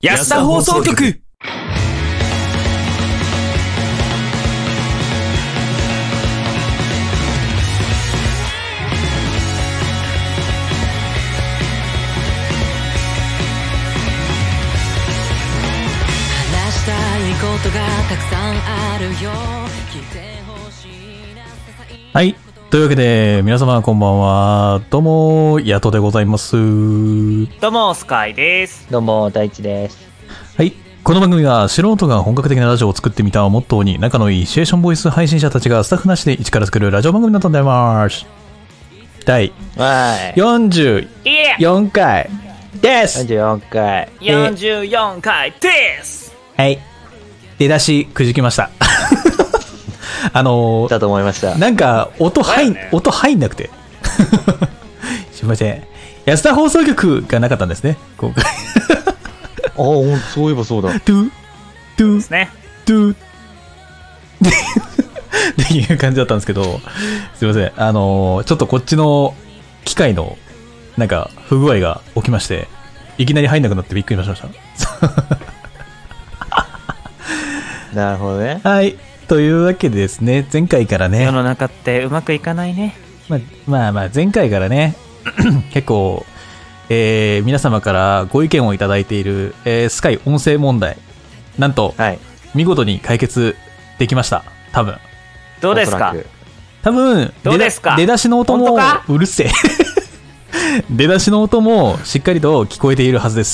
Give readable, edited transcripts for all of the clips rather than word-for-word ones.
安田放送局。 話したいことがたくさんあるよ。聞いてほしいな。 はい。というわけで、皆様こんばんは。どうも、ヤトでございます。 どうもスカイです。 どうも、大地です。 はい。この番組は素人が本格的なラジオを作ってみたをモットーに、仲のいいシチュエーションボイス配信者たちがスタッフなしで一から作るラジオ番組となっております。第44回です。 44回。 44回です。 はい。出だしくじきました。 だと思いました。 なんか音入んなくて。すいません。安田放送局がなかったんですね、今回。 そういえばそうだ。 トゥですね。 トゥっていう感じだったんですけど、すいません。ちょっとこっちの機械のなんか不具合が起きまして、いきなり入んなくなってびっくりしました。 なるほどね。 はい。というわけでですね、前回からね、 世の中ってうまくいかないね。 まあ前回からね、結構、皆様からご意見をいただいている、スカイ音声問題、なんと、 はい。 見事に解決できました。多分。 どうですか。 多分、 どうですか。 出だしの音も本当か、 うるせえ。出だしの音もしっかりと聞こえているはずです。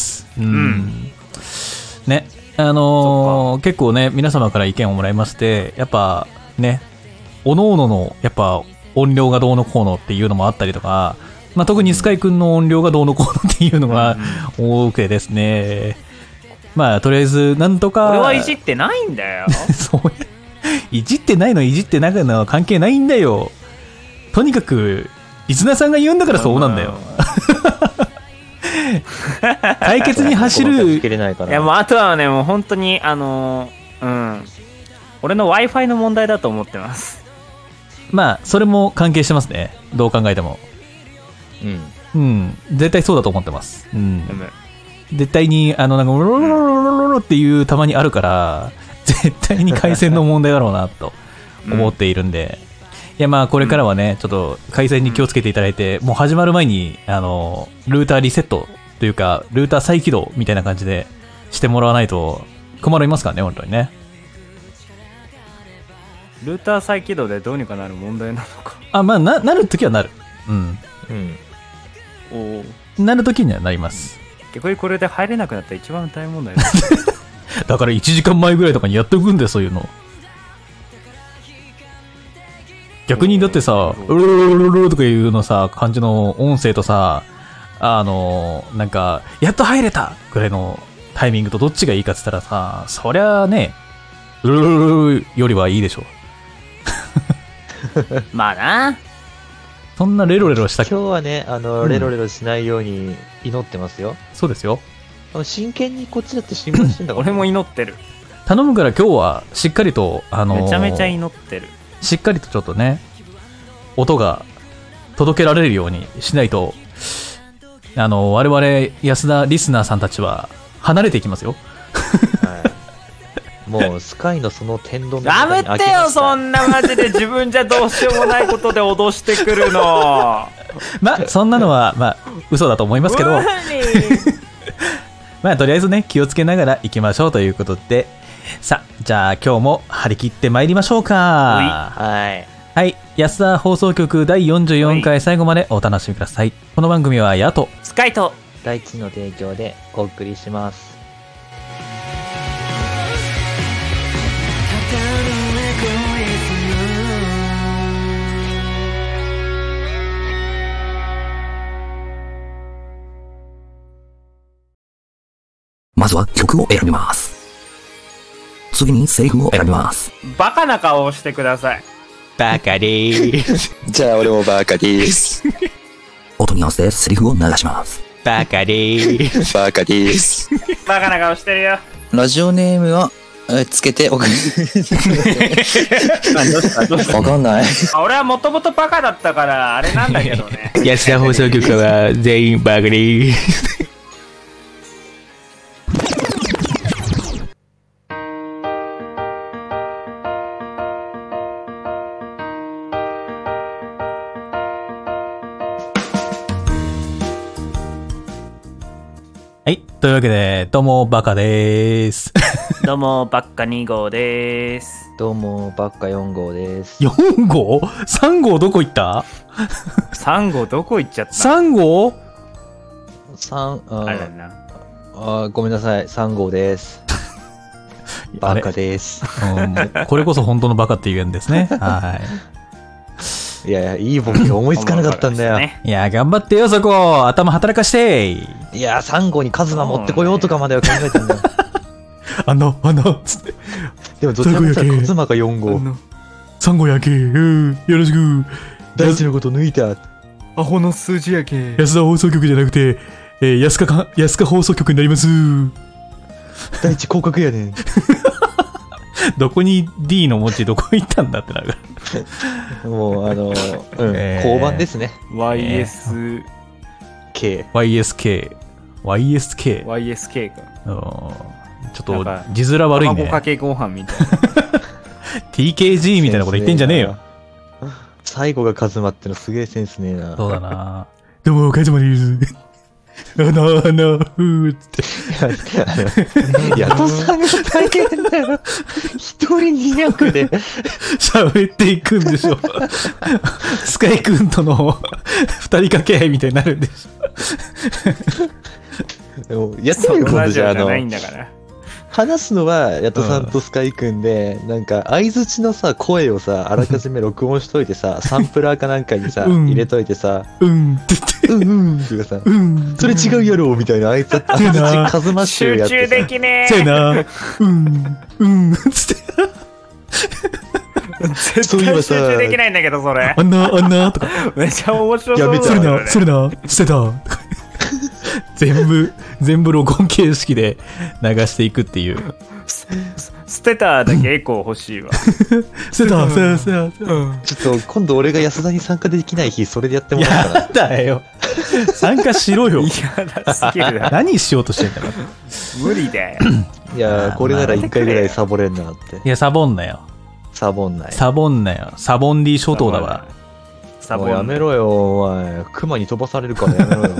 ね。結構ね、皆様から意見をもらいまして、やっぱね、各々のやっぱ音量がどうのこうのっていうのもあったりとか、まあ、特にスカイくんの音量がどうのこうのっていうのが多くてですね、まあとりあえずなんとか。 俺はいじってないんだよ。 そういじってないのいじってなくのは関係ないんだよ。とにかくリスナーさんが言うんだからそうなんだよ。解決に走る。 いやもうあとはね、もう本当に俺の Wi-Fi の問題だと思ってます。 まあそれも関係してますね、どう考えても。絶対そうだと思ってます。絶対になんかロロロロロロっていうたまにあるから、絶対に回線の問題だろうなと思っているんで、いやまあこれからはね、ちょっと回線に気をつけていただいて、もう始まる前にルーターリセットというかルーター再起動みたいな感じでしてもらわないと困りますからね、本当にね。 ルーター再起動でどうにかなる問題なのか。 まあなるときはなる。なるときにはなります。 逆にこれで入れなくなったら一番大問題だ。 だから1時間前ぐらいとかにやっておくんだよ、そういうの。逆にだってさ、うるるるるるとかいうのさ、感じの音声とさ、なんか、やっと入れたぐらいのタイミングとどっちがいいかって言ったらさ、そりゃあね、うるるるるよりはいいでしょ。 まあな。 そんなレロレロした今日はね、レロレロしないように祈ってますよ。 そうですよ。 真剣にこっちだって心配してんだから。 俺も祈ってる。 頼むから今日はしっかりと、 めちゃめちゃ祈ってる。 しっかりとちょっとね、音が届けられるようにしないと、我々安田リスナーさんたちは離れていきますよ。 もうスカイのその天丼のやめてよ、そんなマジで自分じゃどうしようもないことで脅してくるの。 まあそんなのはまあ嘘だと思いますけど、まあとりあえずね、気をつけながら行きましょうということで、さあじゃあ今日も張り切ってまいりましょうか。はい、安田放送局第44回最後までお楽しみください。この番組はヤトスカイと大地の提供でお送りします。 まずは曲を選びます。次にセリフを選びます。 バカな顔をしてください。 バカでーす。 じゃあ俺もバカです。 音に合わせてセリフを流します。 バカでーす。 バカです。 バカな顔してるよ。 ラジオネームはつけておく。わかんない。 俺はもともとバカだったからあれなんだけどね。 安田放送局は全員バカでーす。 というわけで、どうもバカでーす。 どうもバッカ2号です。 どうも、バッカ4号です。 4号 ?3 号どこ行った 3号どこ行っちゃった？ ?3 号 3、 あれだな。 ごめんなさい、3号です。バカです。 これこそ本当のバカって言うんですね。はいやいや、いいボケが思いつかなかったんだよ。 ね、 い。いや、頑張ってよ、そこ。頭働かして。 いや、3号にカズマ持ってこようとかまでは考えたんだよ。 つって。 でも、どちらかというとカズマが4号。 3号やけ。よろしく。 大事なこと抜いた。 アホの数字やけ。 安田放送局じゃなくて、安家放送局になります。 第一広角やねん。 どこに D の文字どこ行ったんだってなる。 もう、交番ですね。 YSK。 YSK。 YSK か。 ちょっとなんか字面悪いね。 卵かけご飯みたいな。 TKG みたいなこと言ってんじゃねえよ。 最後がカズマってのすげえセンスねえな。 そうだな。どうも、カズマです。ふーって。 ヤトさんが大変だよ。一人200で。 喋っていくんでしょ。スカイ君との二人掛け合いみたいになるんでしょ。 でもやってみることじゃないんだから。 話すのはヤトさんとスカイ君で、なんか相槌のさ声をさあらかじめ録音しといてさサンプラーかなんかにさ、入れといてさって言ってとかさ、それ違うやろみたいな相槌カズマ集やって集中できねせやな。つって。 絶対集中できないんだけど、それ。 あんなとか。 めちゃ面白そうだよ。 それな、捨てた。全部録音形式で流していくっていう。 捨てただけエコー欲しいわ。 捨てた。 ちょっと今度俺が安田に参加できない日それでやってもらおうかな。 やだよ。参加しろよ。 嫌だすぎるな。 何しようとしてんだろ。 無理だよ。 いやこれなら1回ぐらいサボれんなって。 いや、サボんなよ。 サボんない。 サボンディ諸島だわ。 サボもうやめろよお前。クマに飛ばされるからやめろよ。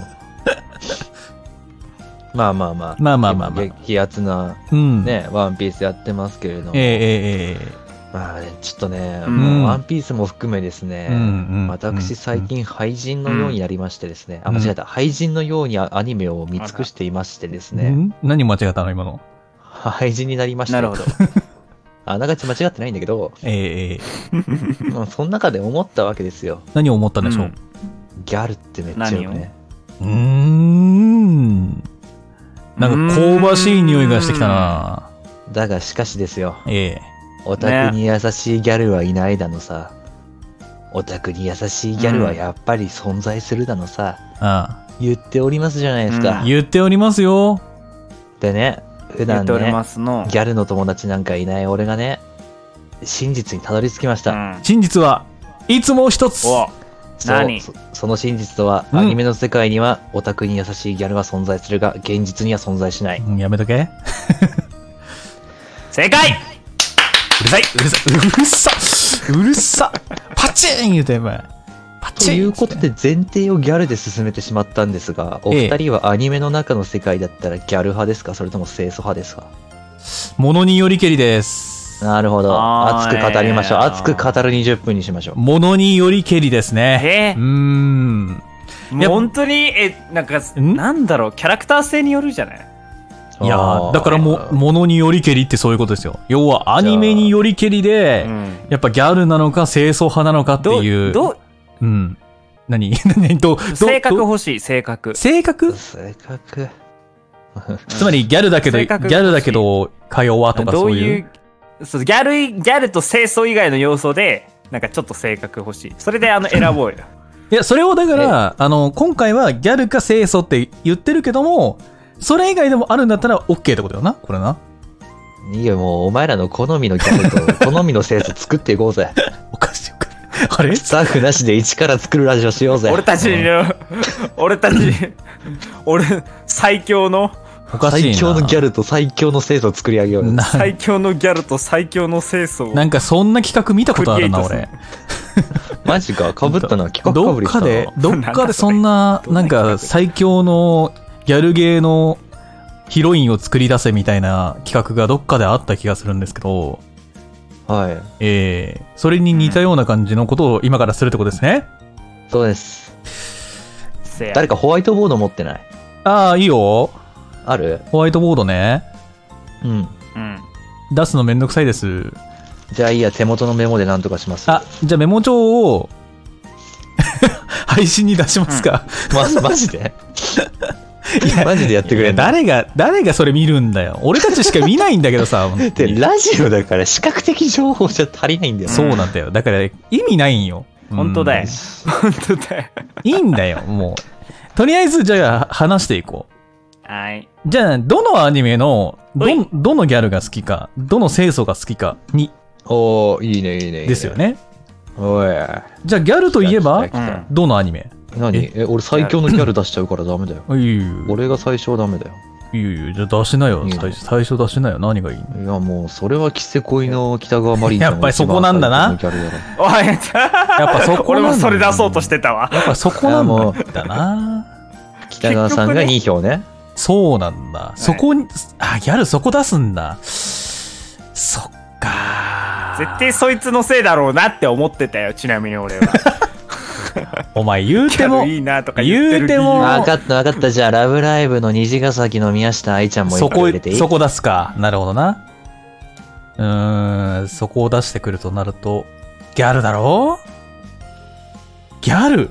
まあ激アツなね、ワンピースやってますけれども、まあね、ちょっとね、もうワンピースも含めですね、私最近廃人のようになりましてですね、間違えた、廃人のようにアニメを見尽くしていましてですね、 何間違ったの今の。 廃人になりました。 なるほど。 あながち間違ってないんだけど、その中で思ったわけですよ。 何を思ったんでしょう。 ギャルってめっちゃよね。 なんか香ばしい匂いがしてきたな。 だがしかしですよ。オタクに優しいギャルはいないだのさ。オタクに優しいギャルはやっぱり存在するだのさ。言っておりますじゃないですか。 言っておりますよ。 でね、普段ね、ギャャルの友達なんかいない俺がね、真実にたどり着きました。 真実はいつも一つ。 何？ その真実とは、アニメの世界にはオタクに優しいギャルは存在するが、現実には存在しない。 やめとけ。 正解。 うるさパチーン言うてお前。 ということで前提をギャルで進めてしまったんですが、お二人はアニメの中の世界だったらギャル派ですか、それとも清楚派ですか？ ものによりけりです。 なるほど。熱く語りましょう。熱く語る20分にしましょう。 ものによりけりですね。 もう本当に、なんか、なんだろう、キャラクター性によるじゃない？ いやだからものによりけりってそういうことですよ。要はアニメによりけりで、やっぱギャルなのか清楚派なのかっていう。何性格欲しい、性格。 性格つまりギャルだけどか弱とかそういう。 ギャルと清楚以外の要素でなんかちょっと性格欲しい。それで選ぼうよ。 いやそれをだから今回はギャルか清楚って言ってるけども、それ以外でもあるんだったら OK ってことよな、これな。 いやもうお前らの好みのギャルと好みの清楚作っていこうぜ。 おかしいあれスタッフなしで一から作るラジオしようぜ。 俺最強の最強のギャルと最強の清楚を作り上げようよ。 最強のギャルと最強の清楚を。 なんかそんな企画見たことあるな俺。 マジか、被ったな、企画被りしたな。 どっかでそんななんか最強のギャルゲーのヒロインを作り出せみたいな企画がどっかであった気がするんですけど、 はい。 それに似たような感じのことを今からするってことですね。 そうです。誰かホワイトボード持ってない？ ああ、いいよ。 ある？ ホワイトボードね。 うん。 出すのめんどくさいです。 じゃあいいや、手元のメモでなんとかします。 あ、じゃあメモ帳を配信に出しますか？ マジで？マジでやってくれんの？ 誰がそれ見るんだよ。俺たちしか見ないんだけどさ。 で、ラジオだから視覚的情報じゃ足りないんだよ。 そうなんだよ。だから意味ないんよ。 本当だよ。本当だよ。 いいんだよ、もう。とりあえず、じゃあ話していこう。はい。 じゃあ、どのアニメの、どのギャルが好きか、どの清楚が好きかに。 おー、いいね、いいね。 ですよね。 おい。 じゃあ、ギャルといえば、どのアニメ？ 何？俺最強のギャル出しちゃうからダメだよ。俺が最初はダメだよ。 いいよ、じゃあ出しなよ。最初出しなよ。何がいいの？ いや、もう、それはキセ恋の北川マリンちゃんやっぱりそこなんだな。 おい、やっぱそこ。 俺もそれ出そうとしてたわ。 やっぱそこなんだな。 北川さんが2票ね。 そうなんだ。そこに、ギャルそこ出すんだ。そっか。 絶対そいつのせいだろうなって思ってたよ、ちなみに俺は。 お前言うてもいいなとか言うても分かったじゃあラブライブの虹ヶ崎の宮下愛ちゃんも入れていい？ そこ出すか。なるほどな。そこを出してくるとなるとギャルだろ？ギャル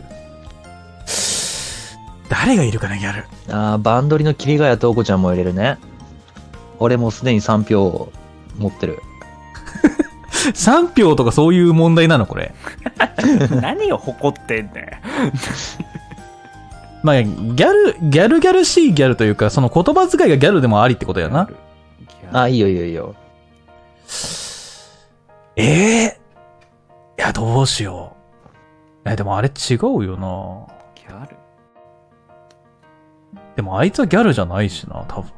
誰がいるかな、ギャル。 バンドリの桐ヶ谷東子ちゃんも入れるね。俺もうすでに3票持ってる。 3票とかそういう問題なのこれ？ 何を誇ってんだよ。 まあギャルしいギャルというか、その言葉遣いがギャルでもありってことやな。 いいよいいよいいよ。 いやどうしよう。でもあれ違うよな。 ギャルでもあいつはギャルじゃないしな、多分。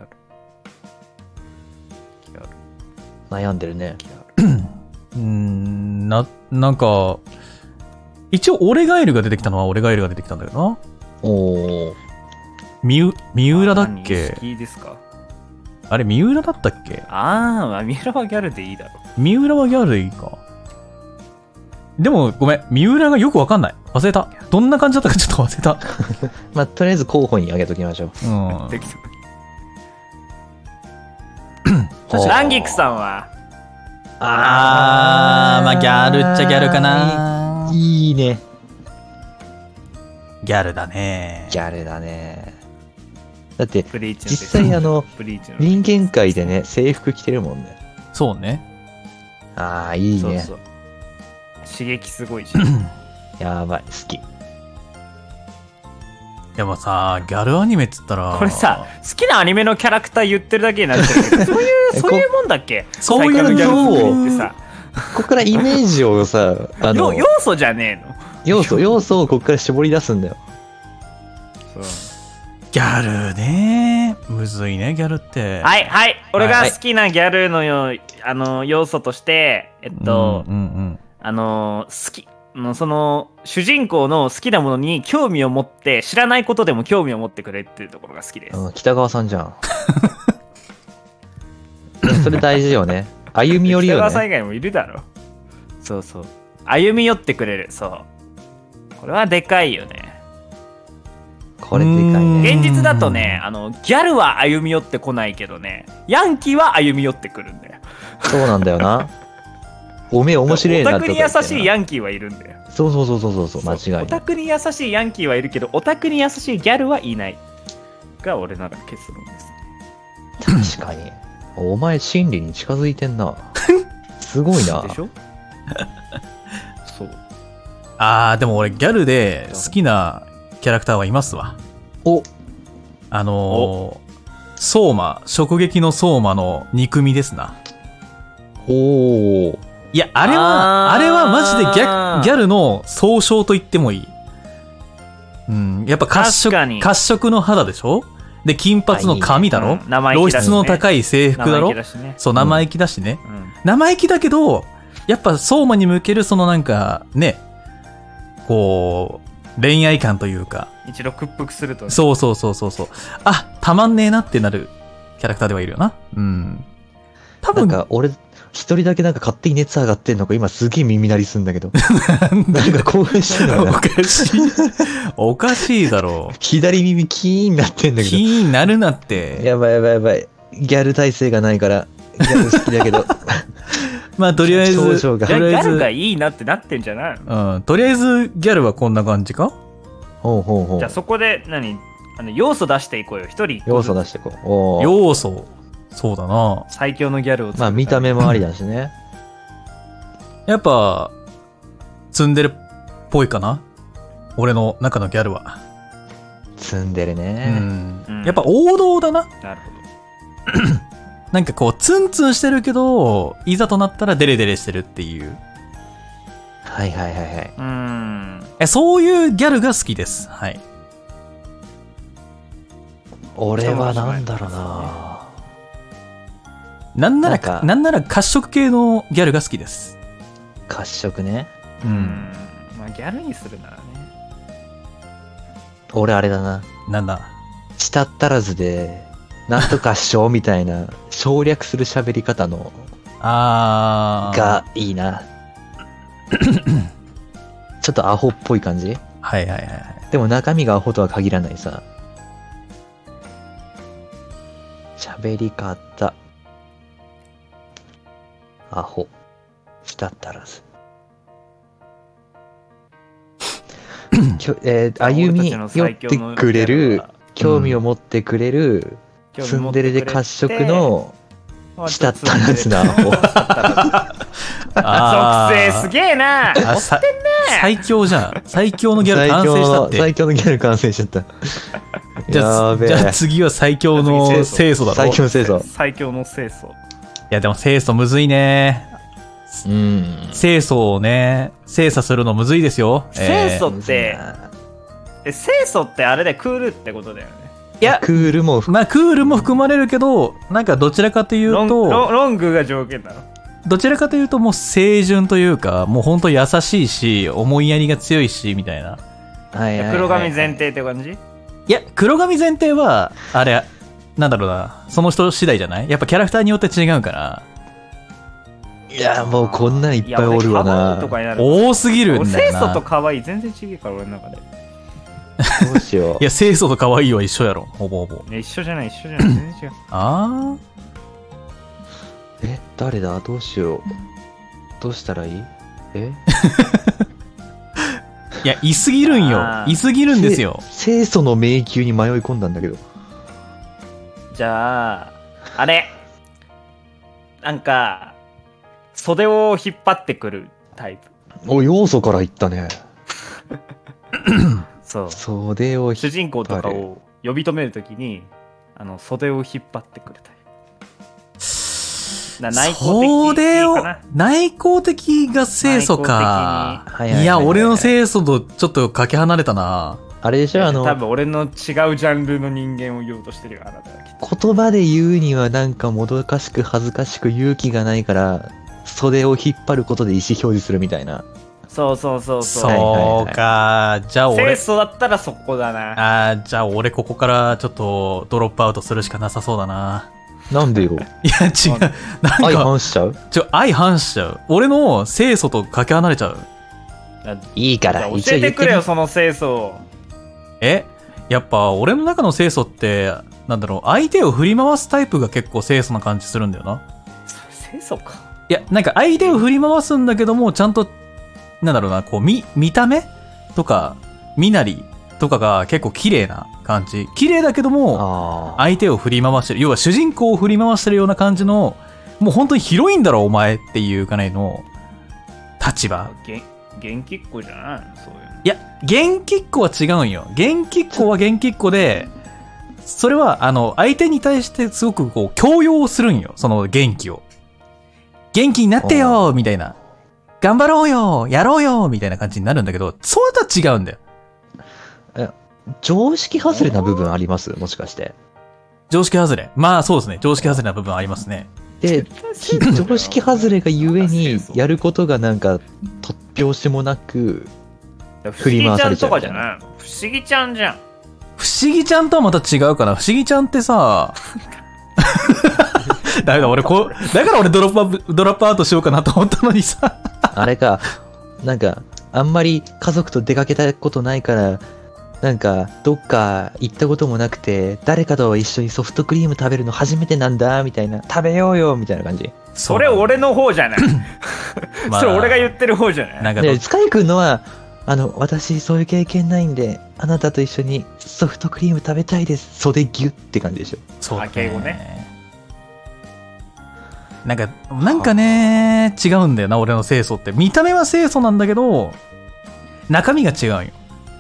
ギャル悩んでるね。 なんか一応俺ガエルが出てきたのは俺ガエルが出てきたんだよな。 おー。 三浦だっけ？ 好きですか？ あれ三浦だったっけ？ 三浦はギャルでいいだろ。 三浦はギャルでいいか。でもごめん、三浦がよくわかんない。忘れた。どんな感じだったかちょっと忘れた。 まあとりあえず候補にあげときましょう。 できた。ランギクさんはまあギャルっちゃギャルかな。 いいね。 ギャルだね。 ギャルだね。だって実際人間界でね制服着てるもんね。 そうね。 いいね。 そう刺激すごいじゃん。 やばい、好き。 でもさ、ギャルアニメっつったらこれさ、好きなアニメのキャラクター言ってるだけになってるけど、そういうもんだっけ？ そういうのをここからイメージをさ、 要素じゃねえの？要素をここから絞り出すんだよ。 ギャルね、むずいね、ギャルって。 はい俺が好きなギャルの要素として好きその主人公の好きなものに興味を持って、知らないことでも興味を持ってくれっていうところが好きです。 北川さんじゃん。それ大事よね。歩み寄りよね。 北川さん以外もいるだろ。そう歩み寄ってくれる。これはでかいよね。 これでかいね。 現実だとね、ギャルは歩み寄ってこないけどね、ヤンキーは歩み寄ってくるんだよ。 そうなんだよな。おめえ面白いなとか。 オタクに優しいヤンキーはいるんだよ。 そう間違いない。 オタクに優しいヤンキーはいるけど、オタクに優しいギャルはいないが俺なら結論です。確かに。お前真理に近づいてんな。すごいな。 でしょ？そう。 でも俺ギャルで好きなキャラクターはいますわ。相馬、直撃の相馬の憎みですな。いや、あれはマジでギャルの総称と言ってもいい。やっぱ褐色の肌でしょ？で、金髪の髪だろ？露出の高い制服だろ？そう、生意気だしね。生意気だけど、やっぱ相馬に向けるそのなんか、ね、こう、恋愛感というか。 一度屈服するとね。 そう。 たまんねえなってなるキャラクターではいるよな。うん。多分。 なんか俺、一人だけなんか勝手に熱上がってんのか、今すげえ耳鳴りすんだけど。なんか興奮してんのおかしい。おかしいだろう。 左耳キーンなってんだけど。 キーンなるなって。 やばいやばいやばい。ギャル体制がないから、ギャル好きだけど。 まあとりあえず、ギャルがいいなってなってんじゃないの？うん。とりあえずギャルはこんな感じか？ ほうほうほう。 じゃあそこで要素出していこうよ。一人。 要素出していこう。おー。 要素。そうだな。 最強のギャルを。 まあ見た目もありだしね。 やっぱ、ツンデレっぽいかな？俺の中のギャルは。 ツンデレね。 うん。やっぱ王道だな。 なるほど。 なんかこう、ツンツンしてるけど、いざとなったらデレデレしてるっていう。 はいはいはいはい。そういうギャルが好きです。はい。 俺はなんだろうな。 なんなら褐色系のギャルが好きです。 褐色ね。 まあギャルにするならね。 俺あれだな。 なんだ。 舌足らずで、なんとかしょうみたいな、省略する喋り方の、がいいな。ちょっとアホっぽい感じ？ はいはいはい。 でも中身がアホとは限らないさ。喋り方。アホ。舌足らず。歩み寄ってくれる、興味を持ってくれる、ツンデレで褐色の、舌足らずなアホ。 属性すげえな。持ってんね。 最強じゃん。最強のギャル完成したって。 最強のギャル完成しちゃった。 じゃあ次は最強の清楚だろ。 最強の清楚。 最強の清楚。 いやでも清楚むずいね。清楚をね、精査するのむずいですよ。 清楚って、清楚ってあれでクールってことだよね。 いや、クールも含まれるけど、なんかどちらかというと、 ロングが条件だろ。 どちらかというともう清純というか、もうほんと優しいし、思いやりが強いし、みたいな。 黒髪前提って感じ？ いや、黒髪前提は、あれ、なんだろうな、その人次第じゃない？やっぱキャラクターによって違うから。 いや、もうこんなんいっぱいおるわな。 多すぎるんだよな。 清楚と可愛い全然違うから俺の中で。 どうしよう。 いや、清楚と可愛いは一緒やろ、ほぼほぼ。 一緒じゃない、全然違う。 ああ。 誰だ？どうしよう。どうしたらいい？ いや、いすぎるんよ。いすぎるんですよ。 清楚の迷宮に迷い込んだんだけど。 じゃあ、あれ。なんか、袖を引っ張ってくるタイプ。 要素からいったね。 そう。 袖を引っ張る。 主人公とかを呼び止めるときに、袖を引っ張ってくるタイプ。内向的かな。 内向的が清楚か。いや、俺の清楚とちょっとかけ離れたな。 あれでしょ、 多分俺の違うジャンルの人間を言おうとしてるよ、あなたはきっと。言葉で言うにはなんかもどかしく恥ずかしく勇気がないから、袖を引っ張ることで意思表示するみたいな。 そう。 そうか。じゃあ俺。 清楚だったらそこだな。 じゃあ俺ここからちょっとドロップアウトするしかなさそうだな。 なんでよ。 いや、違う。なんか相反しちゃう？ 相反しちゃう。俺の清楚とかけ離れちゃう。 いいから、 教えてくれよ、その清楚。 やっぱ俺の中の清楚って、なんだろう、相手を振り回すタイプが結構清楚な感じするんだよな。 清楚か。 いや、なんか相手を振り回すんだけども、ちゃんと、なんだろうな、こう、見た目とか、身なりとかが結構綺麗な感じ。綺麗だけども、相手を振り回してる。要は主人公を振り回してるような感じの、もう本当にヒロインだろ、お前っていうかねの立場。 元気っ子じゃないの？そういうの。 いや、元気っ子は違うんよ。元気っ子は元気っ子で、それは、相手に対してすごくこう、強要するんよ。その元気を。元気になってよみたいな。頑張ろうよやろうよみたいな感じになるんだけど、そうとは違うんだよ。 常識外れな部分あります？もしかして。 常識外れ。まあそうですね。常識外れな部分ありますね。 で、常識外れがゆえに、やることがなんか、突拍子もなく、 振り回されちゃう。不思議ちゃんとかじゃないの？不思議ちゃんじゃん。 不不思議ちゃんとはまた違うかな。不思議ちゃんってさダメだ、だから俺ドロップアウトしようかなと思ったのにさあれか、なんか、あんまり家族と出かけたことないから、なんか、どっか行ったこともなくて、誰かと一緒にソフトクリーム食べるの初めてなんだ、みたいな。食べようよ、みたいな感じ。 それ俺の方じゃない。それ俺が言ってる方じゃない。 なんかで、スカイ君のは、私そういう経験ないんで、あなたと一緒にソフトクリーム食べたいです。袖ギュって感じでしょ。 そうだね。 敬語ね。 なんかね、違うんだよな、俺の清楚って。見た目は清楚なんだけど、中身が違うんよ。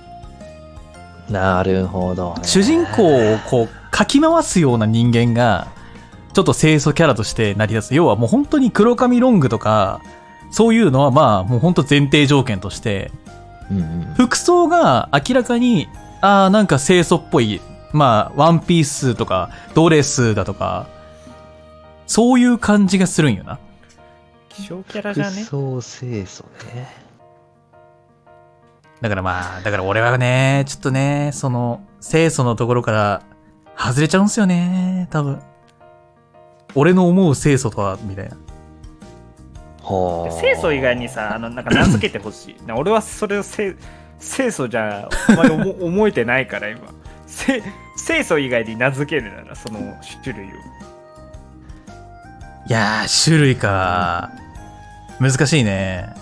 なるほど、ね。 主人公をこう、かき回すような人間が、ちょっと清楚キャラとして成り立つ。要はもう本当に黒髪ロングとか、そういうのはまあ、もう本当前提条件として、服装が明らかに、なんか清楚っぽい、まあ、ワンピースとか、ドレスだとか、そういう感じがするんよな。 希少キャラじゃね。 服装清楚ね。 だから俺はね、ちょっとね、その、清楚のところから外れちゃうんすよね、多分。俺の思う清楚とは、みたいな。 清楚以外にさ、なんか名付けてほしい。俺はそれを清楚じゃあまり思えてないから今。清楚以外に名付けるならその種類を。 いやー、種類か。難しいね。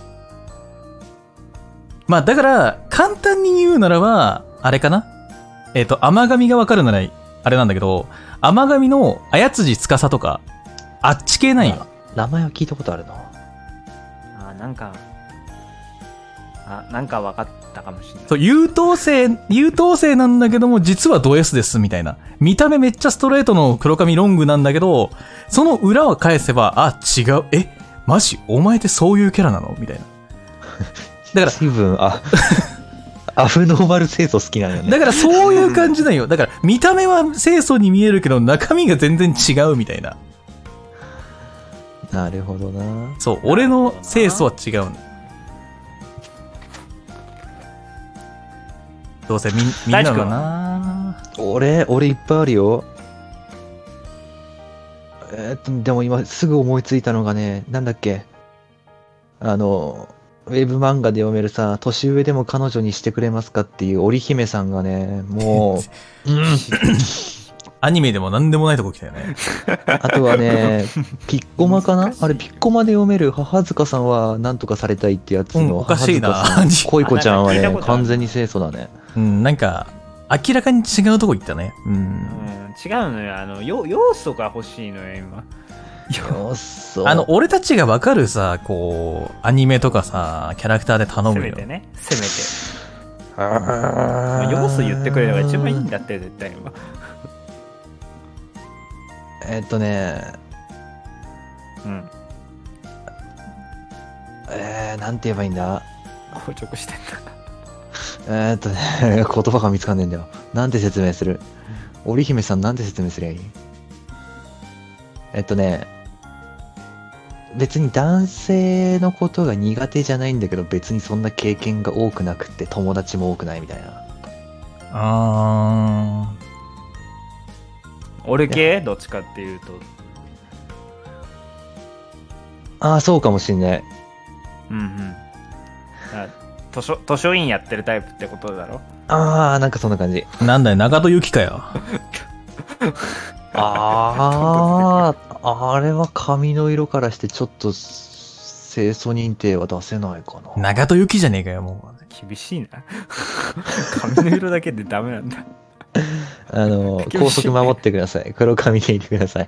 まあだから簡単に言うならばあれかな。甘神がわかるならあれなんだけど、甘神の綾辻司とかあっち系なんよ。 名前は聞いたことあるな。 なんか分かったかもしれない。 そう、優等生なんだけども実はド S ですみたいな。見た目めっちゃストレートの黒髪ロングなんだけど、その裏を返せば違う、マジお前ってそういうキャラなのみたいな。だから随分アフノーマル清楚好きなんよね。 だからそういう感じなんよ。だから見た目は清楚に見えるけど中身が全然違うみたいな。 なるほどな。 そう、俺の清楚は違うの。どうせみんなのな。 俺いっぱいあるよ。でも今すぐ思いついたのがね、なんだっけ。ウェブ漫画で読めるさ、年上でも彼女にしてくれますかっていう織姫さんがね、もう、 アニメでも何でもないとこ来たよね。 あとはね、ピッコマかなあれ、ピッコマで読める母塚さんは何とかされたいってやつの、 おかしいな。 恋子ちゃんはね、完全に清楚だね。 なんか、明らかに違うとこ行ったね。 違うのよ。要素が欲しいのよ、今。 要素。 俺たちがわかるさ、こう、アニメとかさ、キャラクターで頼むよ。 せめてね。要素言ってくれれば一番いいんだって、絶対今。 なんて言えばいいんだ。 硬直してんだ。言葉が見つかんねえんだよ。なんて説明する？織姫さんなんて説明すりゃいい？別に男性のことが苦手じゃないんだけど、別にそんな経験が多くなくって友達も多くないみたいな。 俺系どっちかっていうと。 そうかもしんない。 図書院やってるタイプってことだろ。 なんかそんな感じ。 なんだよ、長戸由紀かよ。 あれは髪の色からしてちょっと清楚認定は出せないかな。 長戸由紀じゃねえかよ、もう。厳しいな。髪の色だけでダメなんだ。 高速守ってください。黒髪でいてください。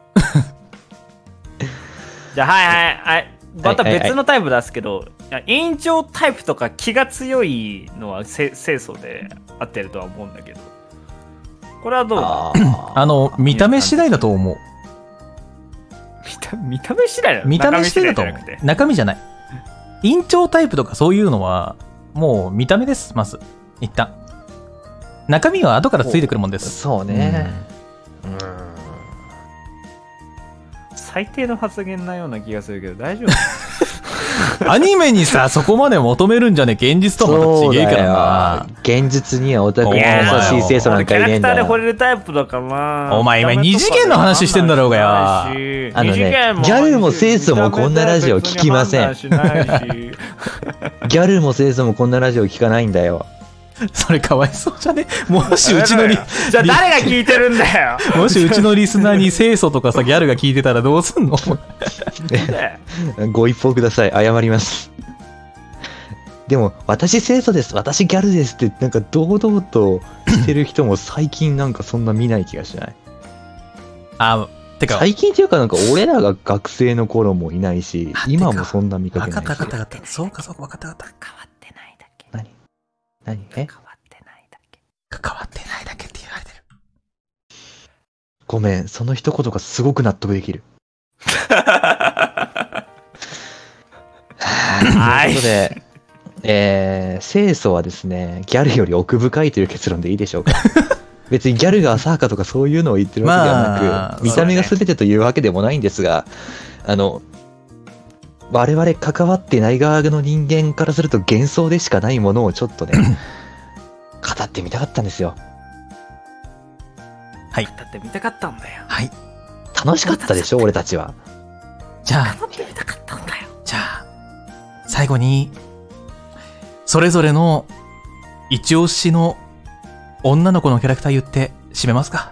じゃあ、はいまた別のタイプ出すけど、院長タイプとか気が強いのは清楚で合ってるとは思うんだけど、これはどうだ？ 見た目次第だと思う。 見た目次第だよ。 見た目次第だと思う。中身じゃない。院長タイプとかそういうのはもう見た目です。まず一旦中身は後からついてくるもんです。 そうね。 最低の発言なような気がするけど大丈夫？ アニメにさ、そこまで求めるんじゃね、現実とはまた違えからな。 現実にはオタクに優しい清楚なんかいねえんだよ。 キャラクターで惚れるタイプだからな。 お前今二次元の話してんだろうがよ。 ギャルも清楚もこんなラジオ聞きません。ギャルも清楚もこんなラジオ聞かないんだよ。 それかわいそうじゃね。もしうちのじゃあ誰が聞いてるんだよ。 もしうちのリスナーに清楚とかさギャルが聞いてたらどうすんの。 ご一報ください。謝ります。でも私清楚です、私ギャルですってなんか堂々としてる人も最近なんかそんな見ない気がしない。 てか最近っていうかなんか俺らが学生の頃もいないし、今もそんな見かけないし。 分かったそうか分かった。 変わってないだけ。 何変わってないだけ。 関わってないだけって言われてる。 ごめん、その一言がすごく納得できる。ということで、清楚はですね、ギャルより奥深いという結論でいいでしょうか。別にギャルが浅はかとかそういうのを言ってるわけではなく、見た目が全てというわけでもないんですが、我々関わってない側の人間からすると幻想でしかないものをちょっとね、語ってみたかったんですよ。 はい。 語ってみたかったんだよ。 はい。 楽しかったでしょ、俺たちは。 じゃあ、 語ってみたかったんだよ。 じゃあ、最後に、それぞれの一押しの女の子のキャラクター言って締めますか。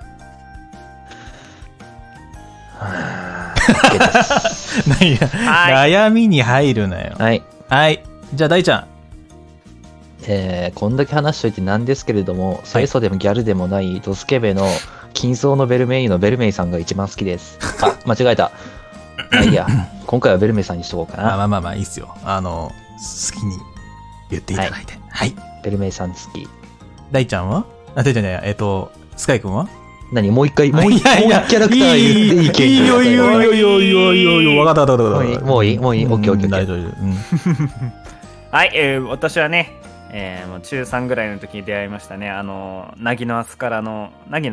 悩みに入るなよ。 はい。 はい。じゃあ大ちゃん。 こんだけ話しといてなんですけれども、清楚でもギャルでもないドスケベの金層のベルメイのベルメイさんが一番好きです。あ、間違えた。いや、今回はベルメイさんにしとこうかな。 まあいいっすよ。好きに言っていただいて。はい。 ベルメイさん好き。 大ちゃんは？大ちゃんね、スカイくんは？ 何もう一回キャラクター言っていいけん。 いいよ。わかった。 もういいオッケー。 大丈夫。 はい、私はね、もう中3ぐらいの時に出会いましたね。凪のアスカラの汐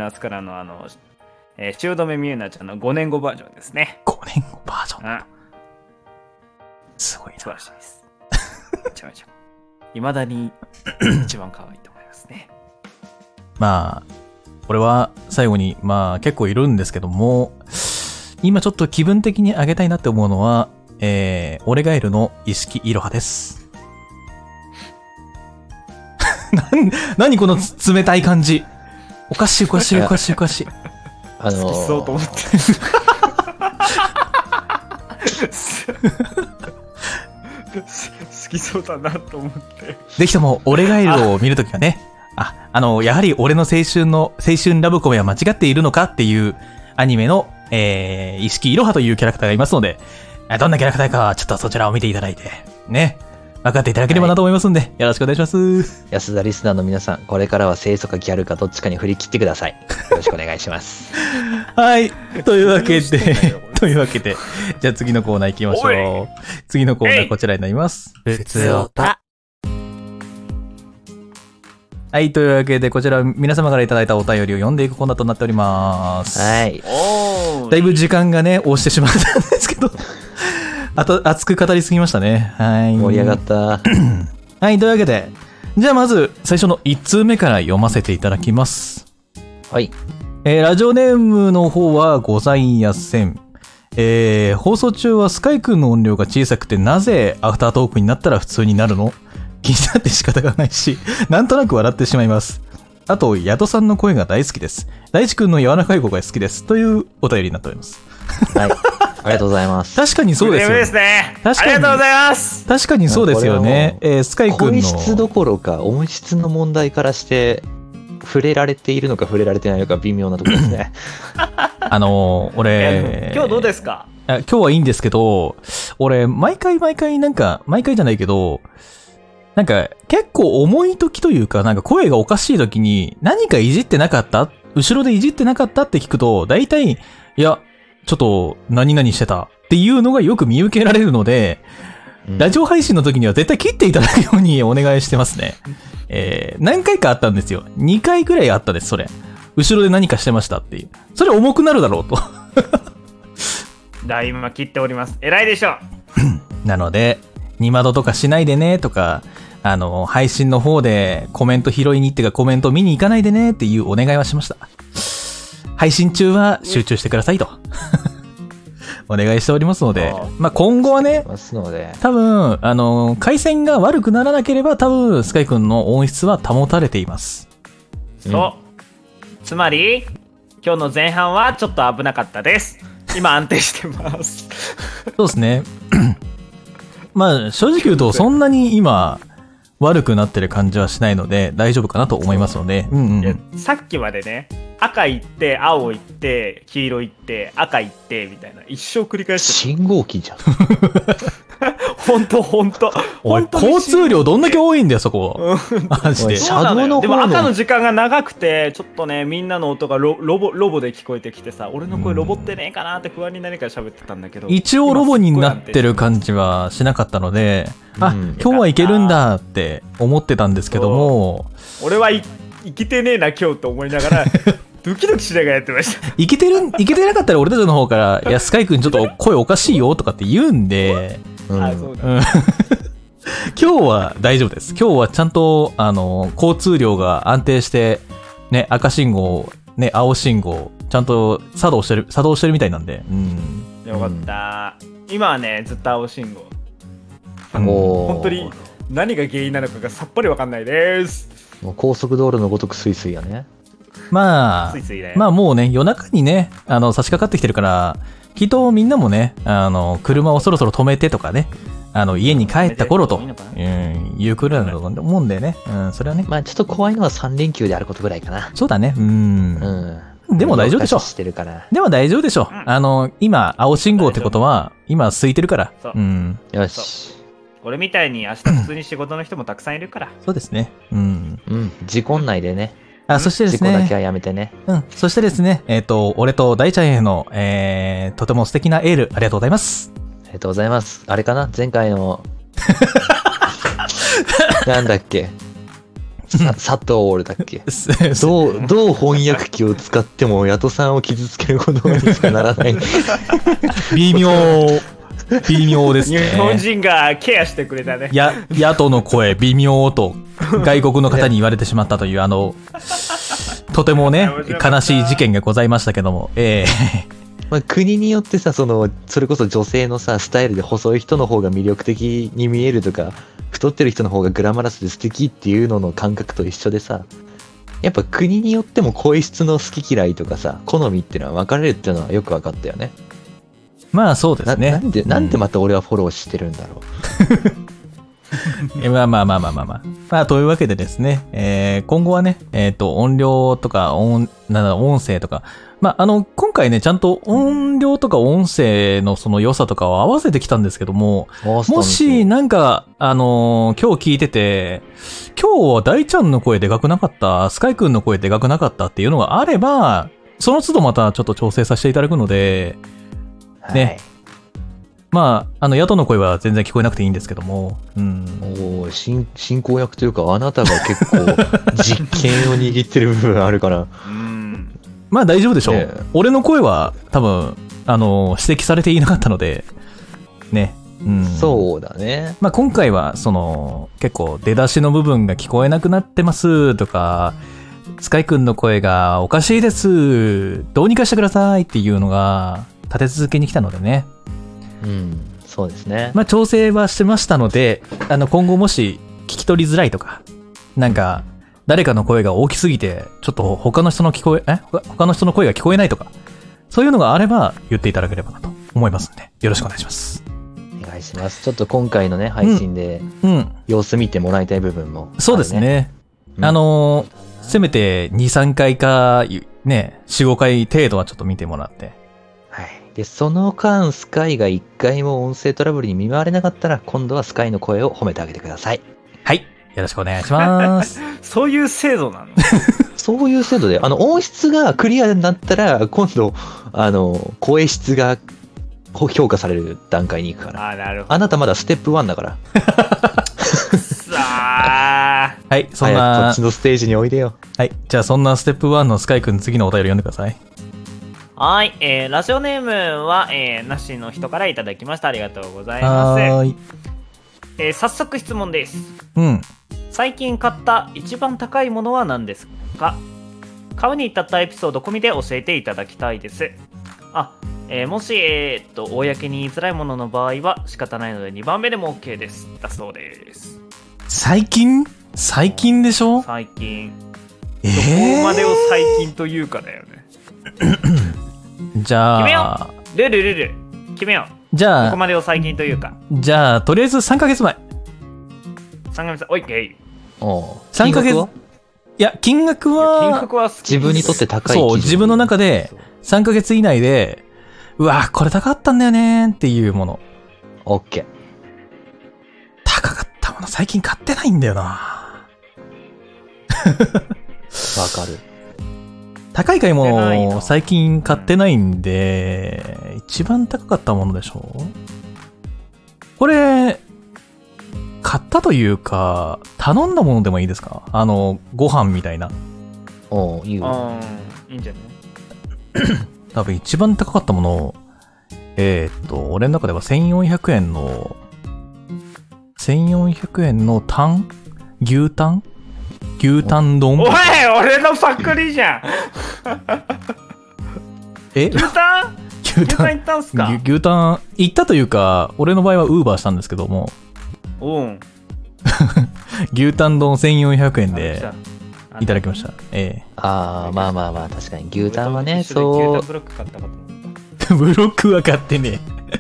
留みゆなちゃんの5年後バージョンですね。 5年後バージョン。すごいな。 素晴らしいです。めちゃめちゃ。未だに一番可愛いと思いますね。 まあ、これは最後に、まあ結構いるんですけども、今ちょっと気分的にあげたいなって思うのは、オレガエルのイシキイロハです。何この冷たい感じ。おかしい。 好きそうと思って。好きそうだなと思って。 ぜひともオレガエルを見るときはね、やはり俺の青春ラブコメは間違っているのかっていうアニメの、イシキイロハというキャラクターがいますので、どんなキャラクターかはちょっとそちらを見ていただいて、ね、分かっていただければなと思いますんで、よろしくお願いします。 安田リスナーの皆さん、これからは清楚かギャルかどっちかに振り切ってください。よろしくお願いします。 はい。というわけで、じゃあ次のコーナー行きましょう。次のコーナーこちらになります。 ふつおた。 はい。というわけで、こちら皆様からいただいたお便りを読んでいくコーナーとなっております。 はい。 だいぶ時間がね、押してしまったんですけど、熱く語りすぎましたね。はい。 盛り上がった。 はい。というわけで、じゃあまず最初の1通目から読ませていただきます。 はい。 ラジオネームの方はございやせん。放送中はスカイくんの音量が小さくて、なぜアフタートークになったら普通になるの？気になって仕方がないし、なんとなく笑ってしまいます。あと、ヤトさんの声が大好きです。大地くんの柔らかい声が好きです。というお便りになっております。 はい。ありがとうございます。 確かにそうですよね。 ですね。ありがとうございます。 確かにそうですよね。スカイくんの。 声質どころか音質の問題からして、触れられているのか触れられてないのか微妙なところですね。 俺、 今日どうですか？ 今日はいいんですけど、俺、毎回じゃないけど、なんか、結構重い時というか、なんか声がおかしい時に、何かいじってなかった？後ろでいじってなかったって聞くと、大体、いや、ちょっと、何々してたっていうのがよく見受けられるので、ラジオ配信の時には絶対切っていただくようにお願いしてますね。何回かあったんですよ。2回ぐらいあったです、それ。後ろで何かしてましたっていう。それ重くなるだろうと。 今切っております。偉いでしょ。 なので、 2窓とかしないでねとか、配信の方でコメント拾いに行ってかコメント見に行かないでねっていうお願いはしました。配信中は集中してくださいと。お願いしておりますので、まあ、今後はね、多分、回線が悪くならなければ多分、スカイくんの音質は保たれています。 そう。つまり、今日の前半はちょっと危なかったです。今安定してます。 そうですね。まあ、正直言うと、そんなに今、悪くなってる感じはしないので、大丈夫かなと思いますので。 さっきまでね、赤行って、青行って、黄色行って、赤行って、みたいな。一生繰り返して信号機じゃん。 ほんと。 おい、交通量どんだけ多いんだよ、そこ。マジで。 車道の方でも赤の時間が長くて、ちょっとね、みんなの音がロボで聞こえてきてさ、俺の声ロボってねえかなって不安になりから喋ってたんだけど。 一応ロボになってる感じはしなかったので、今日はいけるんだって思ってたんですけども。 俺はいけてねえな、今日と思いながら、ドキドキしながらやってました。 いけてなかったら俺たちの方から、いや、スカイくんちょっと声おかしいよとかって言うんで、そうだ。今日は大丈夫です。今日はちゃんと、交通量が安定して、ね、赤信号、ね、青信号、ちゃんと作動してるみたいなんで。 よかった。今はね、ずっと青信号。本当に何が原因なのかがさっぱりわかんないです。 もう高速道路のごとくスイスイやね。 まあもうね、夜中にね、差し掛かってきてるから、きっとみんなもね、車をそろそろ止めてとかね、家に帰った頃と、いうくらいだと思うんだよね。それはね。 まあちょっと怖いのは3連休であることぐらいかな。 そうだね。でも大丈夫でしょ。でも大丈夫でしょ。今、青信号ってことは、今空いてるから。 よし。 俺みたいに明日普通に仕事の人もたくさんいるから。 そうですね。 事故んないでね。 そしてですね。 事故だけはやめてね。 そしてですね、俺と大ちゃんへの、とても素敵なエール、ありがとうございます。 ありがとうございます。あれかな前回の、なんだっけ佐藤俺だっけどう翻訳機を使っても、ヤトさんを傷つけることにしかならない。 微妙ですね。 日本人がケアしてくれたね。 野党の声、微妙と外国の方に言われてしまったという、とてもね、悲しい事件がございましたけども。 まあ、国によってさ、それこそ女性のさ、スタイルで細い人の方が魅力的に見えるとか、太ってる人の方がグラマラスで素敵っていうのの感覚と一緒でさ、やっぱ国によっても声質の好き嫌いとかさ、好みっていうのは分かれるっていうのはよく分かったよね。 まあそうですね。 なんでまた俺はフォローしてるんだろう。まあ、というわけでですね、今後はね、音量とか音声とか、まあ、今回ね、ちゃんと音量とか音声のその良さとかを合わせてきたんですけども、もしなんか、今日聞いてて、今日は大ちゃんの声でかくなかった、スカイくんの声でかくなかったっていうのがあれば、その都度またちょっと調整させていただくので、ね。はい、まあ、野党の声は全然聞こえなくていいんですけども。 進行役というか、あなたが結構実権を握ってる部分あるから。 まあ大丈夫でしょう。俺の声は多分、指摘されていなかったので、ね。 そうだね。 まあ今回は、結構出だしの部分が聞こえなくなってますとか、スカイくんの声がおかしいです。どうにかしてくださいっていうのが立て続けに来たのでね。 そうですね。 まあ調整はしてましたので、今後もし聞き取りづらいとか、なんか、誰かの声が大きすぎて、ちょっと他の人の声が聞こえないとか、そういうのがあれば言っていただければなと思いますんで、よろしくお願いします。 お願いします。ちょっと今回のね、配信で、様子見てもらいたい部分も、ね。 そうですね。せめて2、3回か、ね、4、5回程度はちょっと見てもらって。 はい。で、その間、スカイが1回も音声トラブルに見舞われなかったら、今度はスカイの声を褒めてあげてください。 はい。よろしくお願いします。 そういう制度なの？ そういう制度で、音質がクリアになったら、今度、声質が評価される段階に行くから。 なるほど。 あなたまだステップ1だから。 さあ。 はい、そんな。 こっちのステージにおいでよ。 はい、じゃあそんなステップ1のスカイくん、次のお便り読んでください。 はい、ラジオネームは、なしの人からいただきました。ありがとうございます。 早速質問です。 うん。 最近買った一番高いものは何ですか？買うに至ったエピソード込みで教えていただきたいです。もし、公に言いづらいものの場合は仕方ないので2番目でも OK です。だそうです。 最近でしょ？ 最近。どこまでを最近というかだよね。 じゃあ。 決めよう。ルール。決めよう。 じゃあ。 どこまでを最近というか。 じゃあ、とりあえず3ヶ月前。 3ヶ月前。おいけい。 3ヶ月。いや、金額は自分にとって高い基準。 そう、自分の中で3ヶ月以内で、うわこれ高かったんだよねっていうもの。 OK。 高かったもの最近買ってないんだよな。 わかる。 高い買い物を最近買ってないんで、一番高かったものでしょ？これ、買ったというか、頼んだものでもいいですか？ご飯みたいな。 いいよ。 いいんじゃない多分一番高かったもの、俺の中では1400円の牛タン丼。 おい、俺のパクリじゃん。牛タン行ったんすか？ 牛タン行ったというか、俺の場合はウーバーしたんですけども。牛タン丼1400円でいただきました。 まあ確かに牛タンはね、そう。 牛タンブロック買ったかと思った。 ブロックは買ってね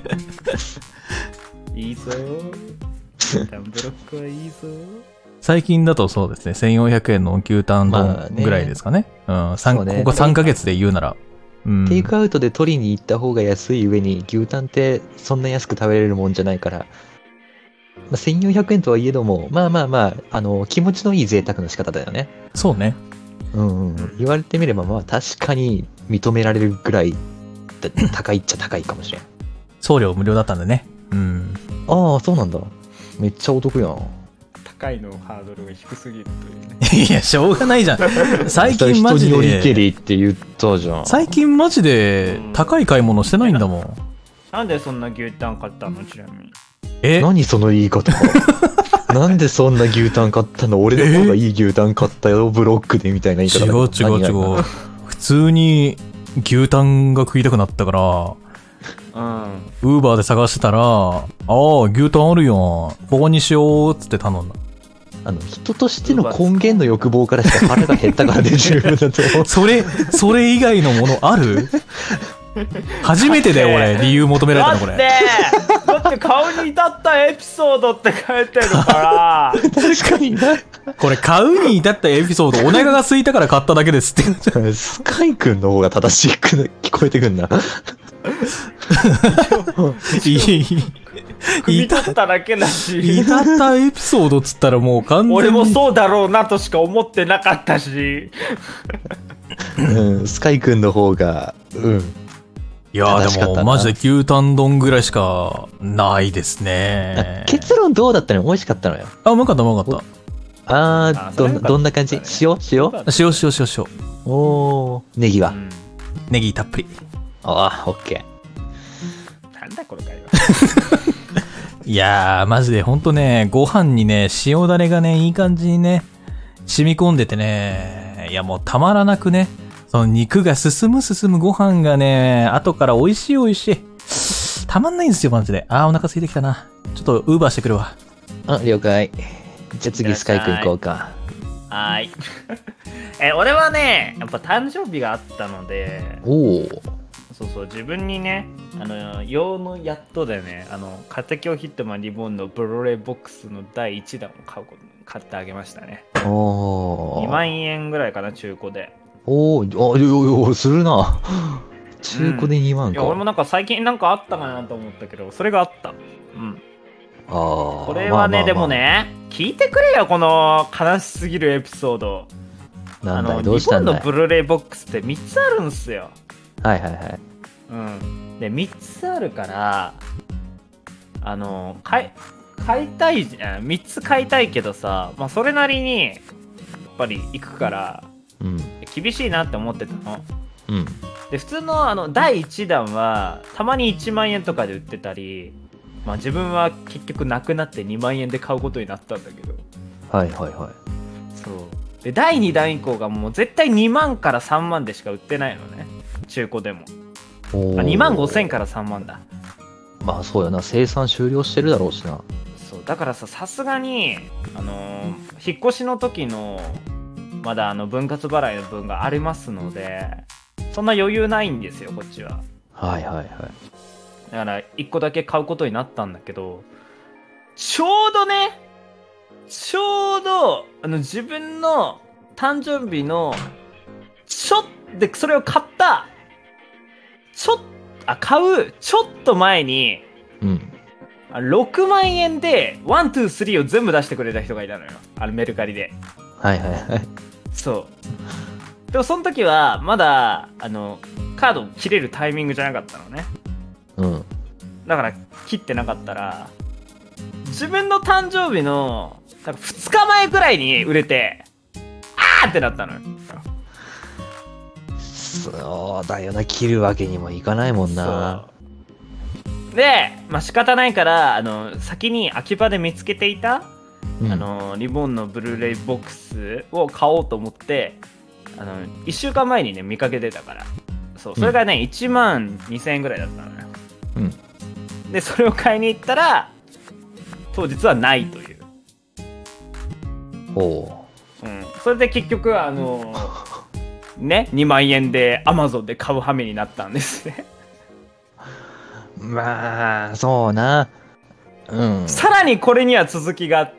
え。いいぞ。牛タンブロックはいいぞ。 最近だとそうですね、1400円の牛タン丼ぐらいですかね。ここ3ヶ月で言うなら。 テイクアウトで取りに行った方が安い上に、牛タンってそんな安く食べれるもんじゃないから、1400円とはいえども、気持ちのいい贅沢の仕方だよね。 そうね。 言われてみれば、確かに認められるぐらい高いっちゃ高いかもしれん。 送料無料だったんでね。 ああ、そうなんだ。めっちゃお得やん。 高いのハードルが低すぎるというね。 いや、しょうがないじゃん。最近マジで。 人によりけりって言ったじゃん。 最近マジで高い買い物してないんだもん。 なんでそんな牛タン買ったの？ちなみに。 何その言い方。なんでそんな牛タン買ったの？俺の方がいい牛タン買ったよ、ブロックでみたいな言い方。 違う。普通に牛タンが食いたくなったから、ウーバーで探してたら、牛タンあるよ、ここにしようっつって頼んだ。 人としての根源の欲望からして腹が減ったからで十分だと思う。 それ以外のものある？初めてだよ俺、理由求められたのこれ。 だって顔に至ったエピソードって書いてるから確かにな。 これ買うに至ったエピソード、お腹が空いたから買っただけですって。 スカイくんの方が正しく聞こえてくんな。 至っただけだし、 至ったエピソードっつったらもう完全に俺もそうだろうなとしか思ってなかったし、 スカイくんの方がいやでもマジで牛タン丼ぐらいしかないですね。 結論どうだったの？美味しかったのよ。 うまかった。 どんな感じ？塩。ネギは？ ネギたっぷり。 オッケー。 なんだこの会話。 いやーマジでほんとね、ご飯にね、塩だれがね、いい感じにね、染み込んでてね、いやもうたまらなくね、その肉が進むご飯がね、後から美味しい。たまんないんですよ、マジで。お腹空いてきたな。ちょっとウーバーしてくるわ。 了解。じゃあ次スカイくん行こうか。 はい。俺はね、やっぱ誕生日があったので、そう自分にね、用のやっとでね、カテキョヒットマンリボンのブルーレイボックスの第1弾を買ってあげましたね。2万円ぐらいかな、中古で。 するな。中古で2万か。 俺もなんか最近なんかあったかなと思ったけど、それがあった。これはね、でもね、聞いてくれよ、この悲しすぎるエピソード。 どうしたんだい？ リボンのブルーレイボックスって3つあるんすよ。 はい。 で、3つあるから、買いたいじゃん。3つ買いたいけどさ、それなりに、やっぱり行くから、厳しいなって思ってたの。で、普通の第1弾は、たまに1万円とかで売ってたり、 まあ自分は結局なくなって2万円で買うことになったんだけど。 はいはいはい。 そうで第2弾以降がもう絶対2万から3万でしか売ってないのね、中古でも。2万5千から3万だ。 まあそうやな、生産終了してるだろうしな。 そうだからさすがに引っ越しの時のまだ分割払いの分がありますので、そんな余裕ないんですよこっちは。 はいはいはい。 だから1個だけ買うことになったんだけど、ちょうど自分の誕生日のでそれを買った買うちょっと前に、6万円で1、2、3を全部出してくれた人がいたのよ、メルカリで。 はいはいはい。 そうでもその時はまだカード切れるタイミングじゃなかったのね。だから切ってなかったら、自分の誕生日のなんか2日前ぐらいに売れて、あーってなったのよ。 そうだよな、切るわけにもいかないもんな。 で、まあ仕方ないから先に秋葉で見つけていた、リボンのブルーレイボックスを買おうと思って1週間前にね見かけてたから、それがね、1万2000円ぐらいだったのよ。でそれを買いに行ったら当日はないという。それで結局ね、2万円で Amazon で買う羽目になったんですね。 まあそうな。 さらにこれには続きがあって、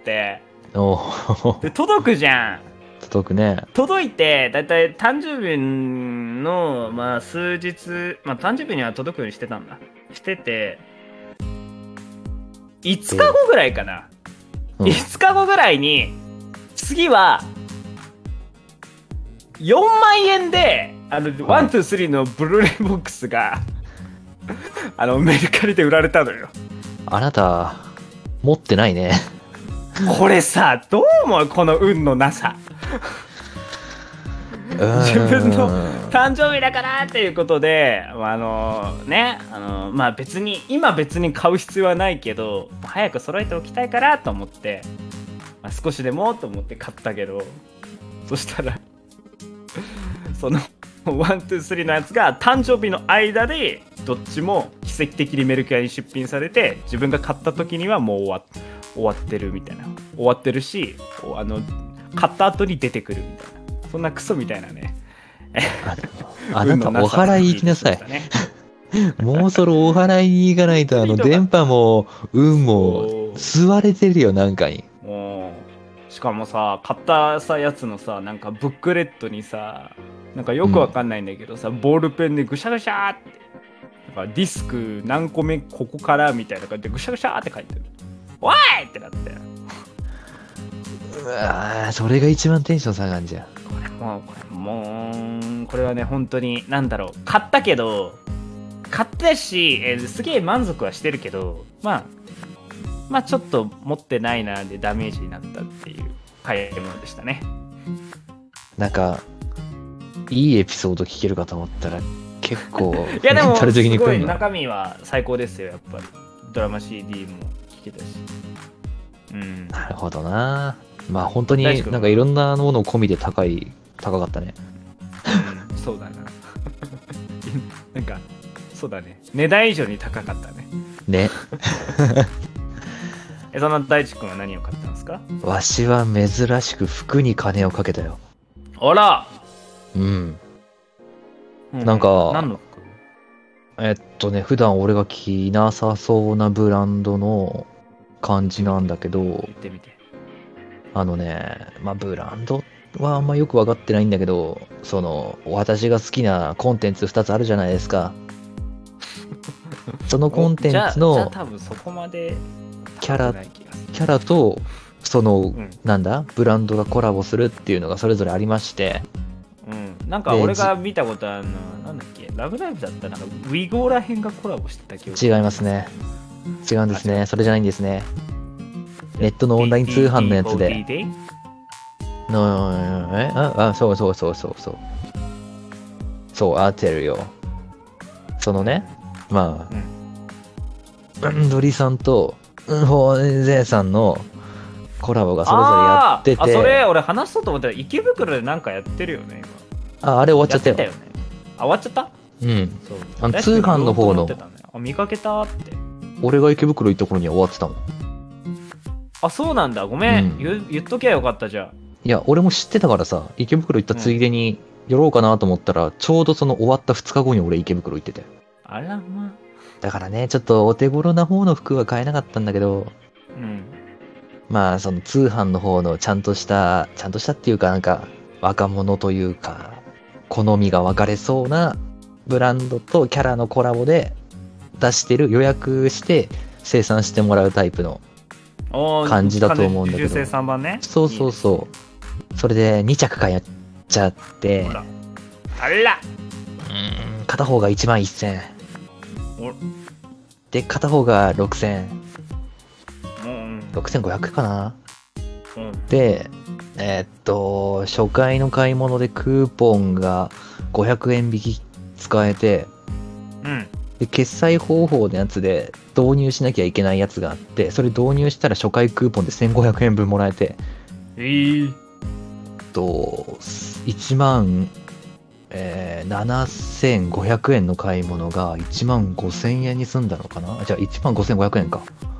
で届くじゃん。 届くね。 届いてだいたい誕生日のまあ数日、まあ誕生日には届くようにしてたんだ。してて5日後ぐらいかな、5日後ぐらいに次は4万円で1、2、3のブルーレイボックスがメルカリで売られたのよ。 あなた持ってないね。 これさ、どう思うこの運のなさ。自分の誕生日だからっていうことで、まあ別に今買う必要はないけど早く揃えておきたいからと思って、まあ、少しでもと思って買ったけど、そしたらその1、2、3のやつが誕生日の間でどっちも奇跡的にメルカリに出品されて、自分が買った時にはもう終わってるみたいな、終わってるし買った後に出てくるみたいな、そんなクソみたいなね。 あなたお払い行きなさい。もうそろお払いに行かないと電波も運も吸われてるよなんかに。 しかもさ、買ったやつのさ、なんかブックレットにさ、なんかよくわかんないんだけどさ、ボールペンでぐしゃぐしゃって、なんかディスク何個目ここからみたいな感じでぐしゃぐしゃって書いてる。おいってなって。 うわ、それが一番テンション下がんじゃん。 これはね、本当になんだろう、買ったし、すげえ満足はしてるけど、まあちょっと持ってないなでダメージになったっていう買い物でしたね。 なんかいいエピソード聞けるかと思ったら結構いやでもメンタル的にすごい中身は最高ですよ、やっぱりドラマ CD も聞けたし。 なるほどな。まあ本当になんかいろんなもの込みで高かったね。 そうだな。なんかそうだね、値段以上に高かったね。 ね。 その大地君は何を買ったんですか？ わしは珍しく服に金をかけたよ。 あら。 なんか何の服？普段俺が着なさそうなブランドの感じなんだけど、 言ってみて。 まあブランドはあんまよく分かってないんだけど、私が好きなコンテンツ2つあるじゃないですか。そのコンテンツの多分そこまでキャラとなんだブランドがコラボするっていうのがそれぞれありまして、 なんか俺が見たことあるのはなんだっけ、ラブライブだったらなんかウィゴーらへんがコラボしてた記憶。 違いますね。違うんですね。それじゃないんですね。ネットのオンライン通販のやつで。そう、合ってるよ。まあ、 ドリさんとフォーゼさんのコラボがそれぞれやってて、 それ俺話そうと思ったら池袋でなんかやってるよね今。あれ終わっちゃったよ。 やってたよね。終わっちゃった？ うん。そう通販の方の、 見かけたって。 俺が池袋行った頃には終わってたもん。 あ、そうなんだ。ごめん、言っときゃよかったじゃん。 いや、俺も知ってたからさ、池袋行ったついでに寄ろうかなと思ったら、ちょうどその終わった2日後に俺池袋行ってて。 あらまあ。 だからね、ちょっとお手頃な方の服は買えなかったんだけど、まあその通販の方のちゃんとしたっていうかなんか若者というか好みが分かれそうなブランドとキャラのコラボで出してる、予約して生産してもらうタイプの感じだと思うんだけど、 生産版ね。 そうそうそう。それで2着買っちゃって、 あら、 片方が11000円で片方が6000、6500かな、で初回の買い物でクーポンが500円引き使えて、で決済方法のやつで導入しなきゃいけないやつがあって、それ導入したら初回クーポンで1500円分もらえて、1万、7500円の買い物が1万5000円に済んだのかな。じゃあ1万5500円か。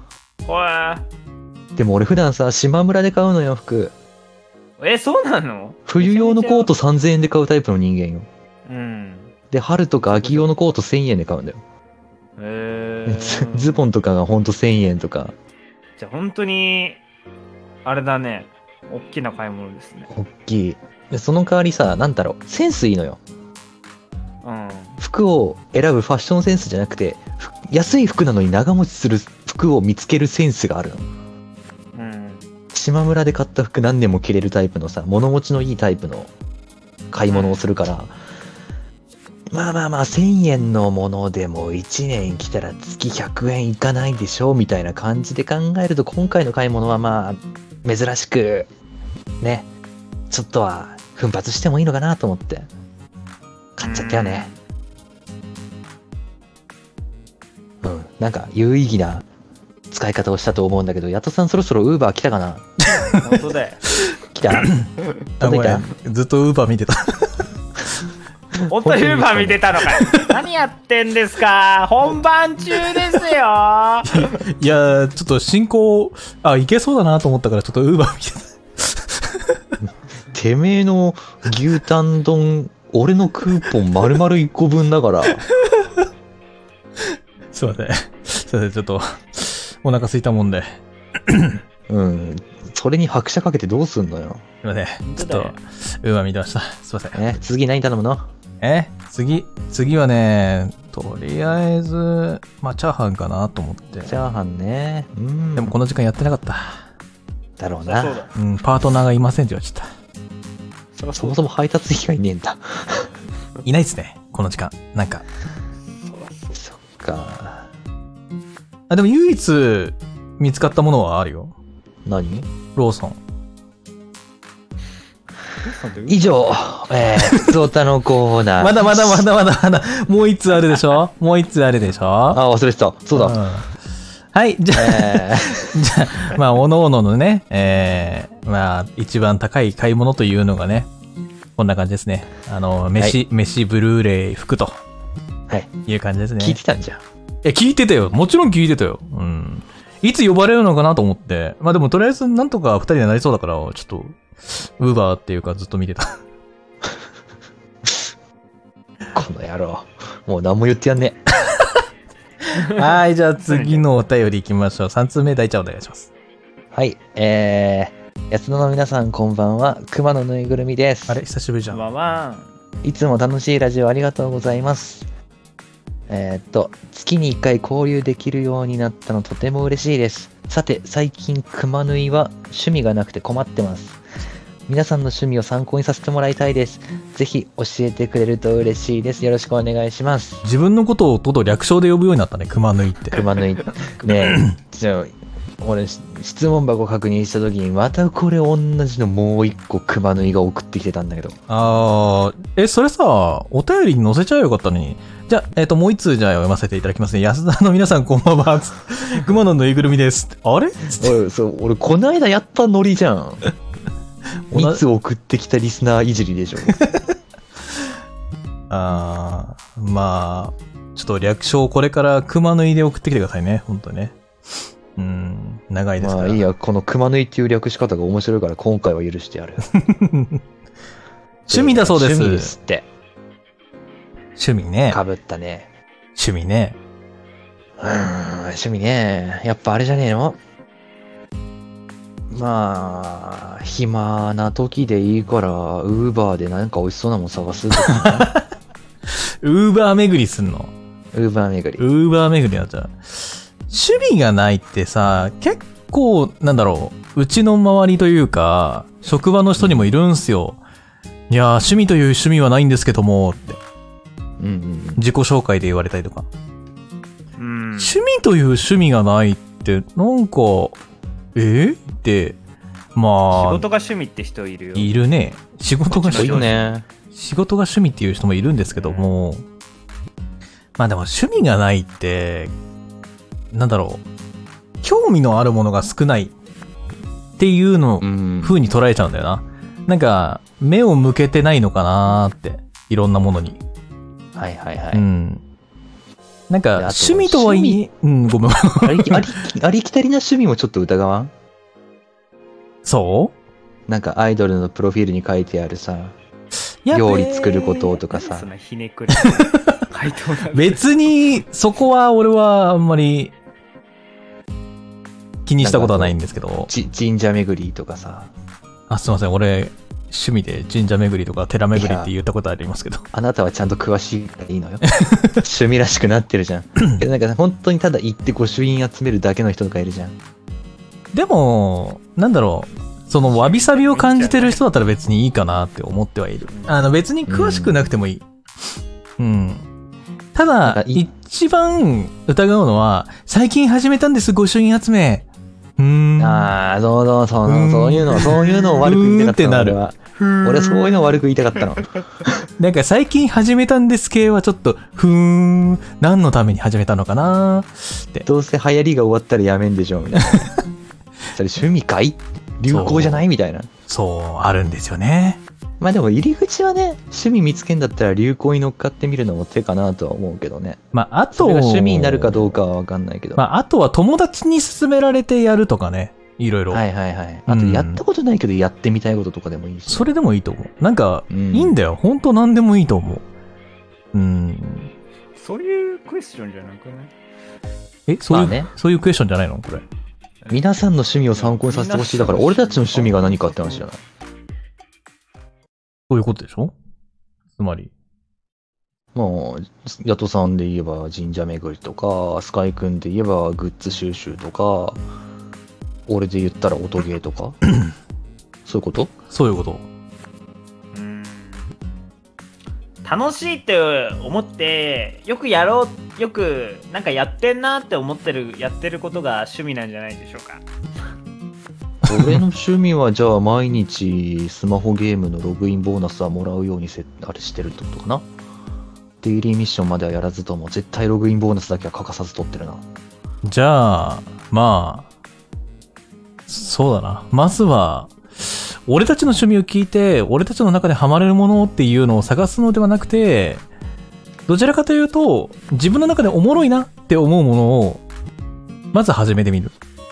でも俺普段さ、島村で買うのよ、服。 そうなの？ 冬用のコート3000円で買うタイプの人間よ。で、春とか秋用のコート1000円で買うんだよ。ズボンとかがほんと1000円とか。 じゃあ本当にあれだね、大きな買い物ですね。 大きい。でその代わりさ、なんだろう、センスいいのよ。服を選ぶファッションセンスじゃなくて、安い服なのに長持ちする服を見つけるセンスがあるの。島村で買った服何年も着れるタイプのさ、物持ちのいいタイプの買い物をするから、まあ1000円のものでも1年着たら月100円いかないでしょみたいな感じで考えると、今回の買い物はまあ珍しくね、ちょっとは奮発してもいいのかなと思って買っちゃったよね。なんか有意義な使い方をしたと思うんだけど、ヤトさんそろそろウーバー来たかな？ 本当だよ。 来た？届いた？ ずっとウーバー見てた。 本当にウーバー見てたのかよ。何やってんですか？本番中ですよ。 いやちょっと進行いけそうだなと思ったからちょっとウーバー見てた。 てめえの牛タン丼、俺のクーポン丸々1個分だから。 すいません。ちょっとお腹空いたもんで。 それに拍車かけてどうすんのよ。 すいません。ちょっとウーバー見てました。すいません。 次何頼むの？ 次はね、とりあえずチャーハンかなと思って。 チャーハンね。 でもこの時間やってなかった。 だろうな。 パートナーがいませんって言われちゃった。そもそも配達費がいねえんだ。 いないっすね、この時間。なんか。 そっか。 でも唯一見つかったものはあるよ。 何？ ローソン。 以上、ふつおたのコーナー。 まだ。もう一つあるでしょ？ 忘れてた。そうだ。 はい、じゃあ、おのおののね、一番高い買い物というのがね、こんな感じですね。飯ブルーレイ服と。いう感じですね。 聞いてたんじゃん。 聞いてたよ。もちろん聞いてたよ。いつ呼ばれるのかなと思って。でもとりあえずなんとか2人になりそうだから、ちょっと、ウーバーっていうかずっと見てた。 この野郎。もう何も言ってやんねえ。はい、じゃあ次のお便り行きましょう。3通目、大ちゃんお願いします。 はい、安野の皆さんこんばんは。熊のぬいぐるみです。 あれ久しぶりじゃん。 いつも楽しいラジオありがとうございます。月に1回交流できるようになったのとても嬉しいです。さて、最近熊縫いは趣味がなくて困ってます。皆さんの趣味を参考にさせてもらいたいです。ぜひ教えてくれると嬉しいです。よろしくお願いします。 自分のことをとど略称で呼ぶようになったね、熊縫いって。 熊縫い。ねえ、俺、質問箱確認した時に、またこれ同じのもう一個熊縫いが送ってきてたんだけど。 それさ、お便りに載せちゃえばよかったのに。じゃあ、もう一通じゃあ読ませていただきますね。安田の皆さんこんばんは。熊野のぬいぐるみです。あれ俺、こないだやったノリじゃん。いつ送ってきたリスナーいじりでしょ。 まあ、ちょっと略称これから熊縫いで送ってきてくださいね。ほんとね。長いですから。 まあいいや、この熊縫いっていう略し方が面白いから今回は許してやる。 趣味だそうです。 趣味ですって。 趣味ね。 かぶったね。 趣味ね。 趣味ね。やっぱあれじゃねえの？まあ、暇な時でいいから、ウーバーでなんか美味しそうなもん探すとかね。 ウーバー巡りすんの？ ウーバー巡り。 ウーバー巡りだったら。趣味がないってさ、結構、なんだろう、うちの周りというか、職場の人にもいるんすよ。いやー、趣味という趣味はないんですけども、って。自己紹介で言われたりとか。趣味という趣味がないって、なんか、って、まあ。 仕事が趣味って人いるよ。 いるね。仕事が趣味ね。 仕事が趣味っていう人もいるんですけども、まあでも趣味がないって、なんだろう、興味のあるものが少ないっていうの風に捉えちゃうんだよな。なんか、目を向けてないのかなーって、いろんなものに。 はいはいはい。 なんか、趣味とはいえ、ごめん。 ありきたりな趣味もちょっと疑わん？ そう？ なんかアイドルのプロフィールに書いてあるさ、料理作ることとかさ。 そんなひねくれ回答が別に、そこは俺はあんまり気にしたことはないんですけど。 神社巡りとかさ。 すいません。俺、趣味で神社巡りとか寺巡りって言ったことありますけど。 あなたはちゃんと詳しいからいいのよ。趣味らしくなってるじゃん。なんか本当にただ行って御朱印集めるだけの人とかいるじゃん。 でも、なんだろう。そのわびさびを感じてる人だったら別にいいかなって思ってはいる。別に詳しくなくてもいい。ただ、一番疑うのは、最近始めたんです、御朱印集め。そういうのを悪く言いたかったの。俺そういうのを悪く言いたかったの。 なんか最近始めたんです系はちょっと、何のために始めたのかなって。 どうせ流行りが終わったらやめんでしょ、みたいな。それ趣味かい？流行じゃないみたいな。 そう、あるんですよね。 まあでも入り口はね、趣味見つけんだったら流行に乗っかってみるのも手かなとは思うけどね。あと、それが趣味になるかどうかはわかんないけど。 あとは友達に勧められてやるとかね。いろいろ。 はいはいはい。あとやったことないけどやってみたいこととかでもいいし、 それでもいいと思う。なんか、いいんだよ。ほんと何でもいいと思う。 そういうクエスチョンじゃなくない？ そういうクエスチョンじゃないのこれ。 皆さんの趣味を参考にさせてほしい。だから俺たちの趣味が何かって話じゃない。 そういうことでしょ？つまり。 まあ、ヤトさんで言えば神社巡りとか、スカイくんで言えばグッズ収集とか、俺で言ったら音ゲーとかそういうこと？ そういうこと。 楽しいって思って、よくなんかやってんなってやってることが趣味なんじゃないでしょうか。 俺の趣味はじゃあ毎日スマホゲームのログインボーナスはもらうようにあれしてるってことかな。デイリーミッションまではやらずとも絶対ログインボーナスだけは欠かさず取ってるな。 じゃあまあそうだな。まずは俺たちの趣味を聞いて俺たちの中でハマれるものっていうのを探すのではなくて、どちらかというと自分の中でおもろいなって思うものをまず始めてみる。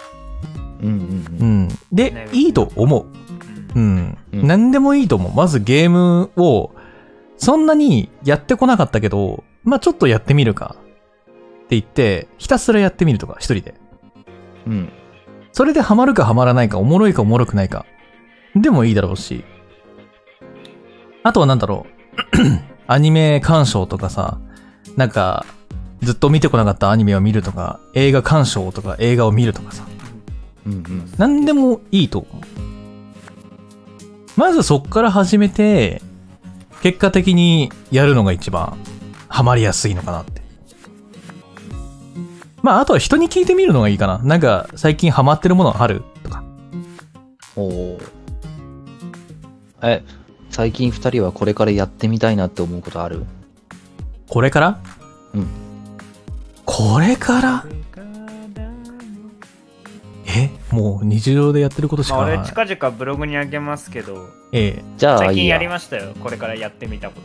で、いいと思う。何でもいいと思う。まずゲームをそんなにやってこなかったけど、まあちょっとやってみるかって言ってひたすらやってみるとか一人で。それでハマるかハマらないか、おもろいかおもろくないかでもいいだろうし、あとはなんだろうアニメ鑑賞とかさ、なんかずっと見てこなかったアニメを見るとか、映画鑑賞とか映画を見るとかさ、何でもいいと思う。まずそっから始めて結果的にやるのが一番ハマりやすいのかなって。まああとは人に聞いてみるのがいいかな。なんか最近ハマってるものあるとか。 最近2人はこれからやってみたいなって思うことある？ これから？ うん。 これから？もう日常でやってることしかない。 俺近々ブログにあげますけど、 じゃあ最近やりましたよ。これからやってみたこと。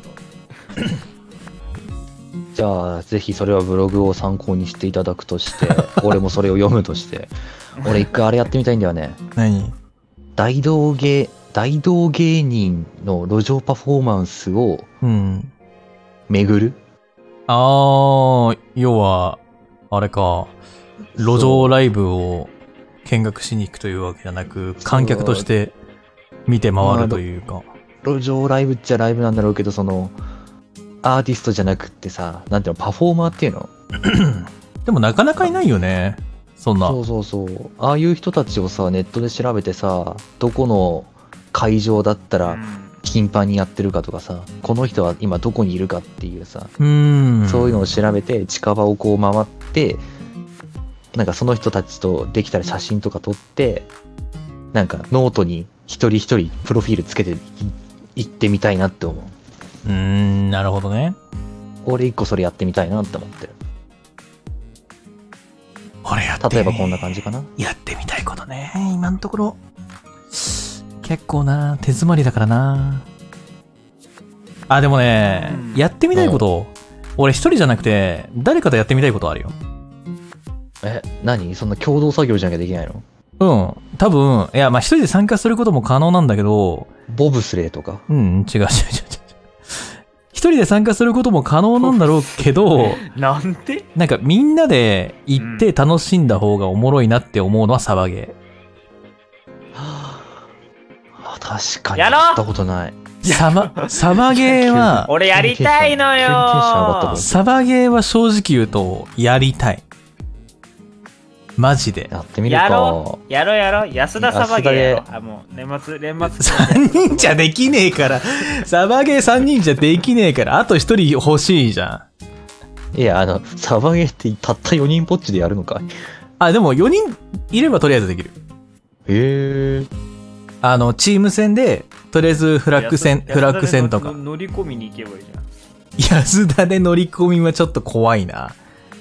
じゃあぜひそれはブログを参考にしていただくとして俺もそれを読むとして、俺一回あれやってみたいんだよね。 何？ 大道芸人の路上パフォーマンスを巡る。 要はあれか、路上ライブを見学しに行くというわけじゃなく、観客として見て回るというか。 路上ライブっちゃライブなんだろうけど、そのアーティストじゃなくってさ、なんていうの、パフォーマーっていうのでもなかなかいないよね、そんな。 そうああいう人たちをさ、ネットで調べてさ、どこの会場だったら頻繁にやってるかとかさ、この人は今どこにいるかっていうさ、そういうのを調べて近場をこう回って、なんかその人たちとできたら写真とか撮って、なんかノートに一人一人プロフィールつけて行ってみたいなって思う。 なるほどね。 俺一個それやってみたいなって思ってる。例えばこんな感じかな。 やってみたいことね。今のところ結構な手詰まりだからな。でもね、やってみたいこと、俺一人じゃなくて誰かとやってみたいことあるよ。 何？そんな共同作業じゃなきゃできないの？ 多分、いや、一人で参加することも可能なんだけど、 ボブスレーとか？ 違う。一人で参加することも可能なんだろうけど、 なんで？ なんかみんなで行って楽しんだ方がおもろいなって思うのはサバゲー。確かにやったことない。 サバゲーは俺やりたいのよ。 サバゲーは正直言うとやりたい。マジでやってみるか。 やろう安田サバゲーやろう。もう年末 3人じゃできねえからサバゲー3人じゃできねえから、あと1人欲しいじゃん。いや、サバゲーってたった4人ぽっちでやるのかい？ でも4人いればとりあえずできる。 へえ。 チーム戦でとりあえずフラッグ戦とか乗り込みに行けばいいじゃん。 安田で乗り込みはちょっと怖いな。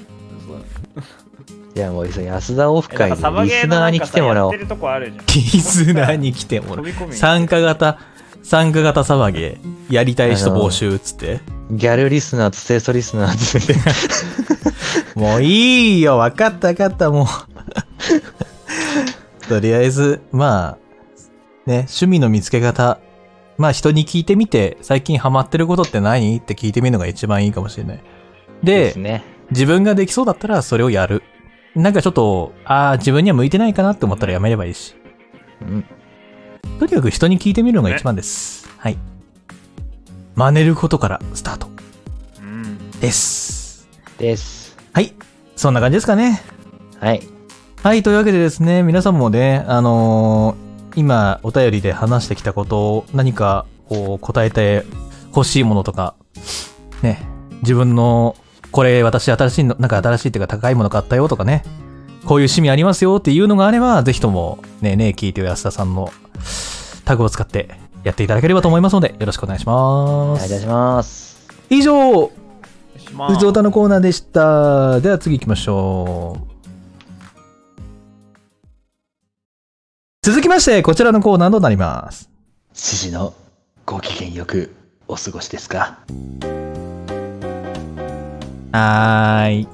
いやもう安田オフ会でリスナーに来てもらおう。 リスナーに来てもらう。参加型サバゲーやりたい人募集っつって。 ギャルリスナーと清楚リスナーつってもういいよ、分かったもうとりあえず趣味の見つけ方、人に聞いてみて、最近ハマってることって何って聞いてみるのが一番いいかもしれない。で、自分ができそうだったらそれをやる。なんかちょっと、自分には向いてないかなって思ったらやめればいいし。とにかく人に聞いてみるのが一番です。はい。真似ることからスタート。です。はい。そんな感じですかね。 はい。 はい、というわけでですね、皆さんもね、今お便りで話してきたことを何かこう答えて欲しいものとか、ね、自分のこれ私新しいっていうか高いもの買ったよとかね、こういう趣味ありますよっていうのがあれば、ぜひともね聞いてよ安田さんのタグを使ってやっていただければと思いますので、よろしくお願いします。 お願いいたします。 以上、ふつおたのコーナーでした。では次行きましょう。続きまして、こちらのコーナーとなります。 獅子のご機嫌よくお過ごしですか？ はーい。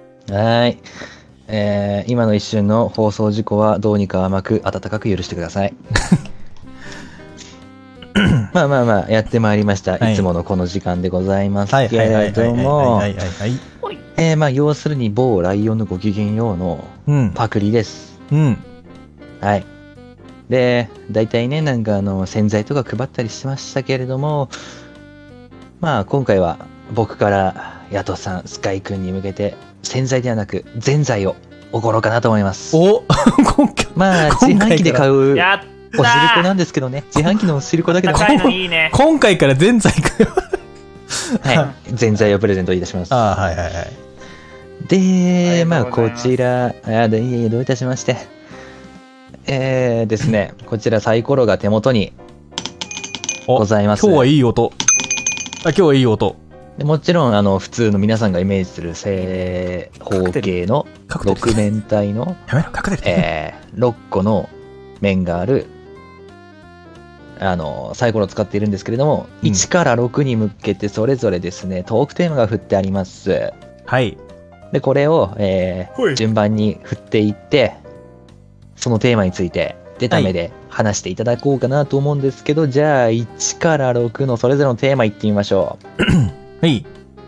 今の一瞬の放送事故はどうにか甘く温かく許してください。やってまいりました、いつものこの時間でございますけれども、要するに某ライオンのご機嫌ようのパクリです。はい。で、大体ね、なんか洗剤とか配ったりしましたけれども、今回は僕からヤトさん、スカイくんに向けて洗剤ではなくぜんざいをおごろうかなと思います。 自販機で買うお汁粉なんですけどね、自販機のお汁粉だけでも今回からぜんざいくよはい、ぜんざいをプレゼントいたします。で、こちらどういたしまして、ですね、こちらサイコロが手元にございます。 今日はいい音。今日はいい音。 でもちろん、普通の皆さんがイメージする正方形の6面体の、6個の面がある、サイコロを使っているんですけれども、1から6に向けてそれぞれですね、トークテーマが振ってあります。 はい。 で、これを、順番に振っていって、そのテーマについて出た目で話していただこうかなと思うんですけど、じゃあ1から6のそれぞれのテーマいってみましょう。 はい。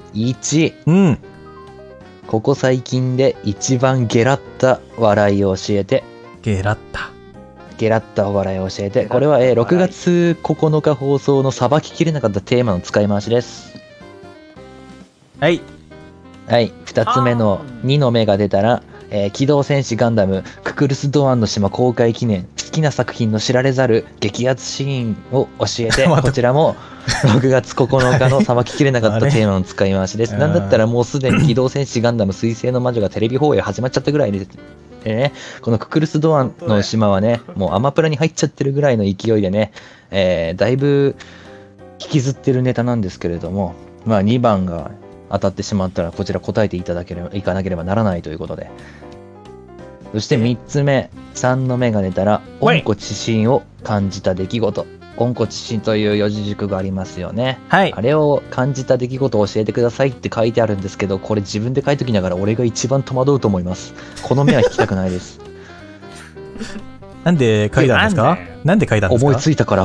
1、ここ最近で一番ゲラった笑いを教えて。 ゲラったお笑いを教えて。これは、6月9日放送のさばききれなかったテーマの使い回しです。 はい。 はい。2つ目の2の目が出たら、機動戦士ガンダムククルス・ドアンの島公開記念、好きな作品の知られざる激アツシーンを教えて、こちらも6月9日のさばききれなかったテーマの使い回しです。なんだったらもうすでに機動戦士ガンダム彗星の魔女がテレビ放映始まっちゃったぐらいです。このククルス・ドアンの島はね、もうアマプラに入っちゃってるぐらいの勢いでね、だいぶ引きずってるネタなんですけれども、まあ2番が当たってしまったらこちら答えていかなければならないということで。そして3つ目、3の目が出たら、温故知新を感じた出来事。温故知新という四字熟語がありますよね。 はい。 あれを感じた出来事を教えてくださいって書いてあるんですけど、これ自分で書いときながら俺が一番戸惑うと思います。この目は引きたくないです。 なんで書いたんですか？なんで書いたんですか？ 思いついたから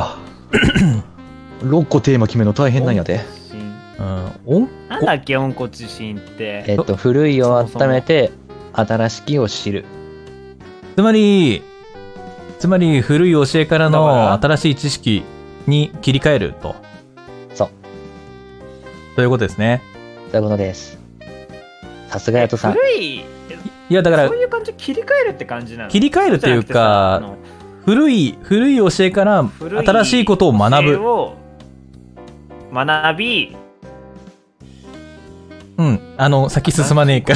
。6個テーマ決めるの大変なんやで。 なんだっけ、温故知新って。 古いを温めて、新しきを知る。 つまり古い教えからの新しい知識に切り替えると。 そう。 ということですね。 ということです。さすがヤトさん。 いやだからそういう感じ、切り替えるって感じなの？ 切り替えるっていうか、古い教えから新しいことを学ぶ。 学び、 先進まねえ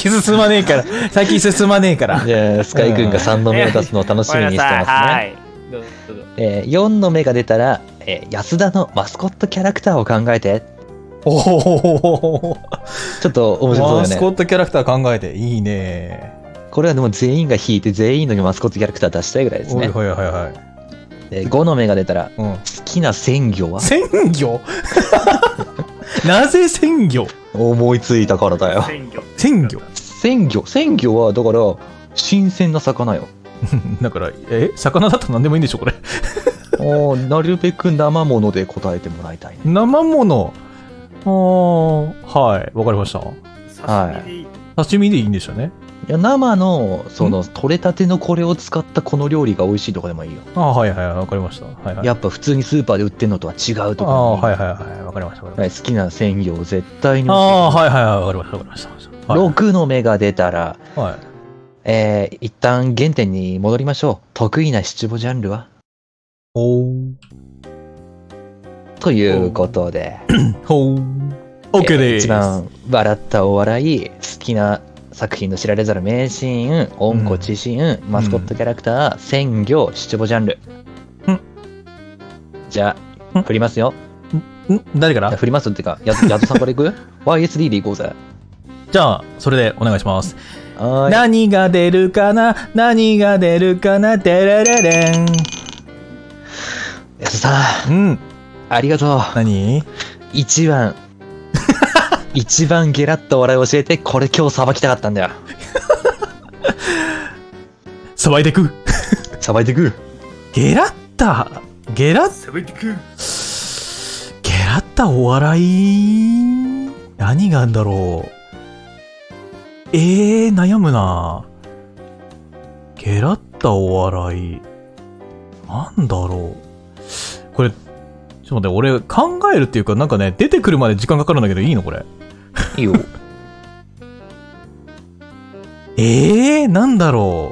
から。 じゃあ、スカイ君が3の目を出すのを楽しみにしてますね。はい。4の目が出たら、安田のマスコットキャラクターを考えて。 おお。 ちょっと面白そうだね。 マスコットキャラクター考えて、いいね。 これはでも全員が引いて全員のマスコットキャラクター出したいぐらいですね。 はいはいはい。 5の目が出たら、好きな鮮魚は？ 鮮魚なぜ鮮魚？ 思いついたからだよ。 鮮魚はだから新鮮な魚よ。 だから魚だったら何でもいいんでしょこれ。 なるべく生もので答えてもらいたいね。 生もの。はい、わかりました。刺身でいいんでしょうね。 いや、生の取れたてのこれを使ったこの料理が美味しいとかでもいいよ。 はいはい、わかりました。はいはい。 やっぱ普通にスーパーで売ってるのとは違うとか。 はいはいはい、わかりました。 好きな鮮魚を絶対に。 はいはい、わかりました。 6の目が出たら、一旦原点に戻りましょう。得意な七五ジャンルは？ということで。 OK です。 一番笑ったお笑い、好きな作品の知られざる名シーン、温故知新、マスコットキャラクター、鮮魚、七五ジャンル。じゃあ、振りますよ。 誰から？ 振りますってか、ヤトさんからいく？ YSD でいこうぜ。 じゃあ、それでお願いします。何が出るかな、デレレレン。 ヤトさん。ありがとう。 何？ 一番ゲラッと笑い教えて、これ今日さばきたかったんだよ。 さばいてく。ゲラッタお笑い、何があんだろう。悩むな。ゲラッタお笑い、なんだろう。これ、ちょっと待って、俺考えるっていうか、なんかね、出てくるまで時間かかるんだけど、いいのこれ。 いいよ。 なんだろ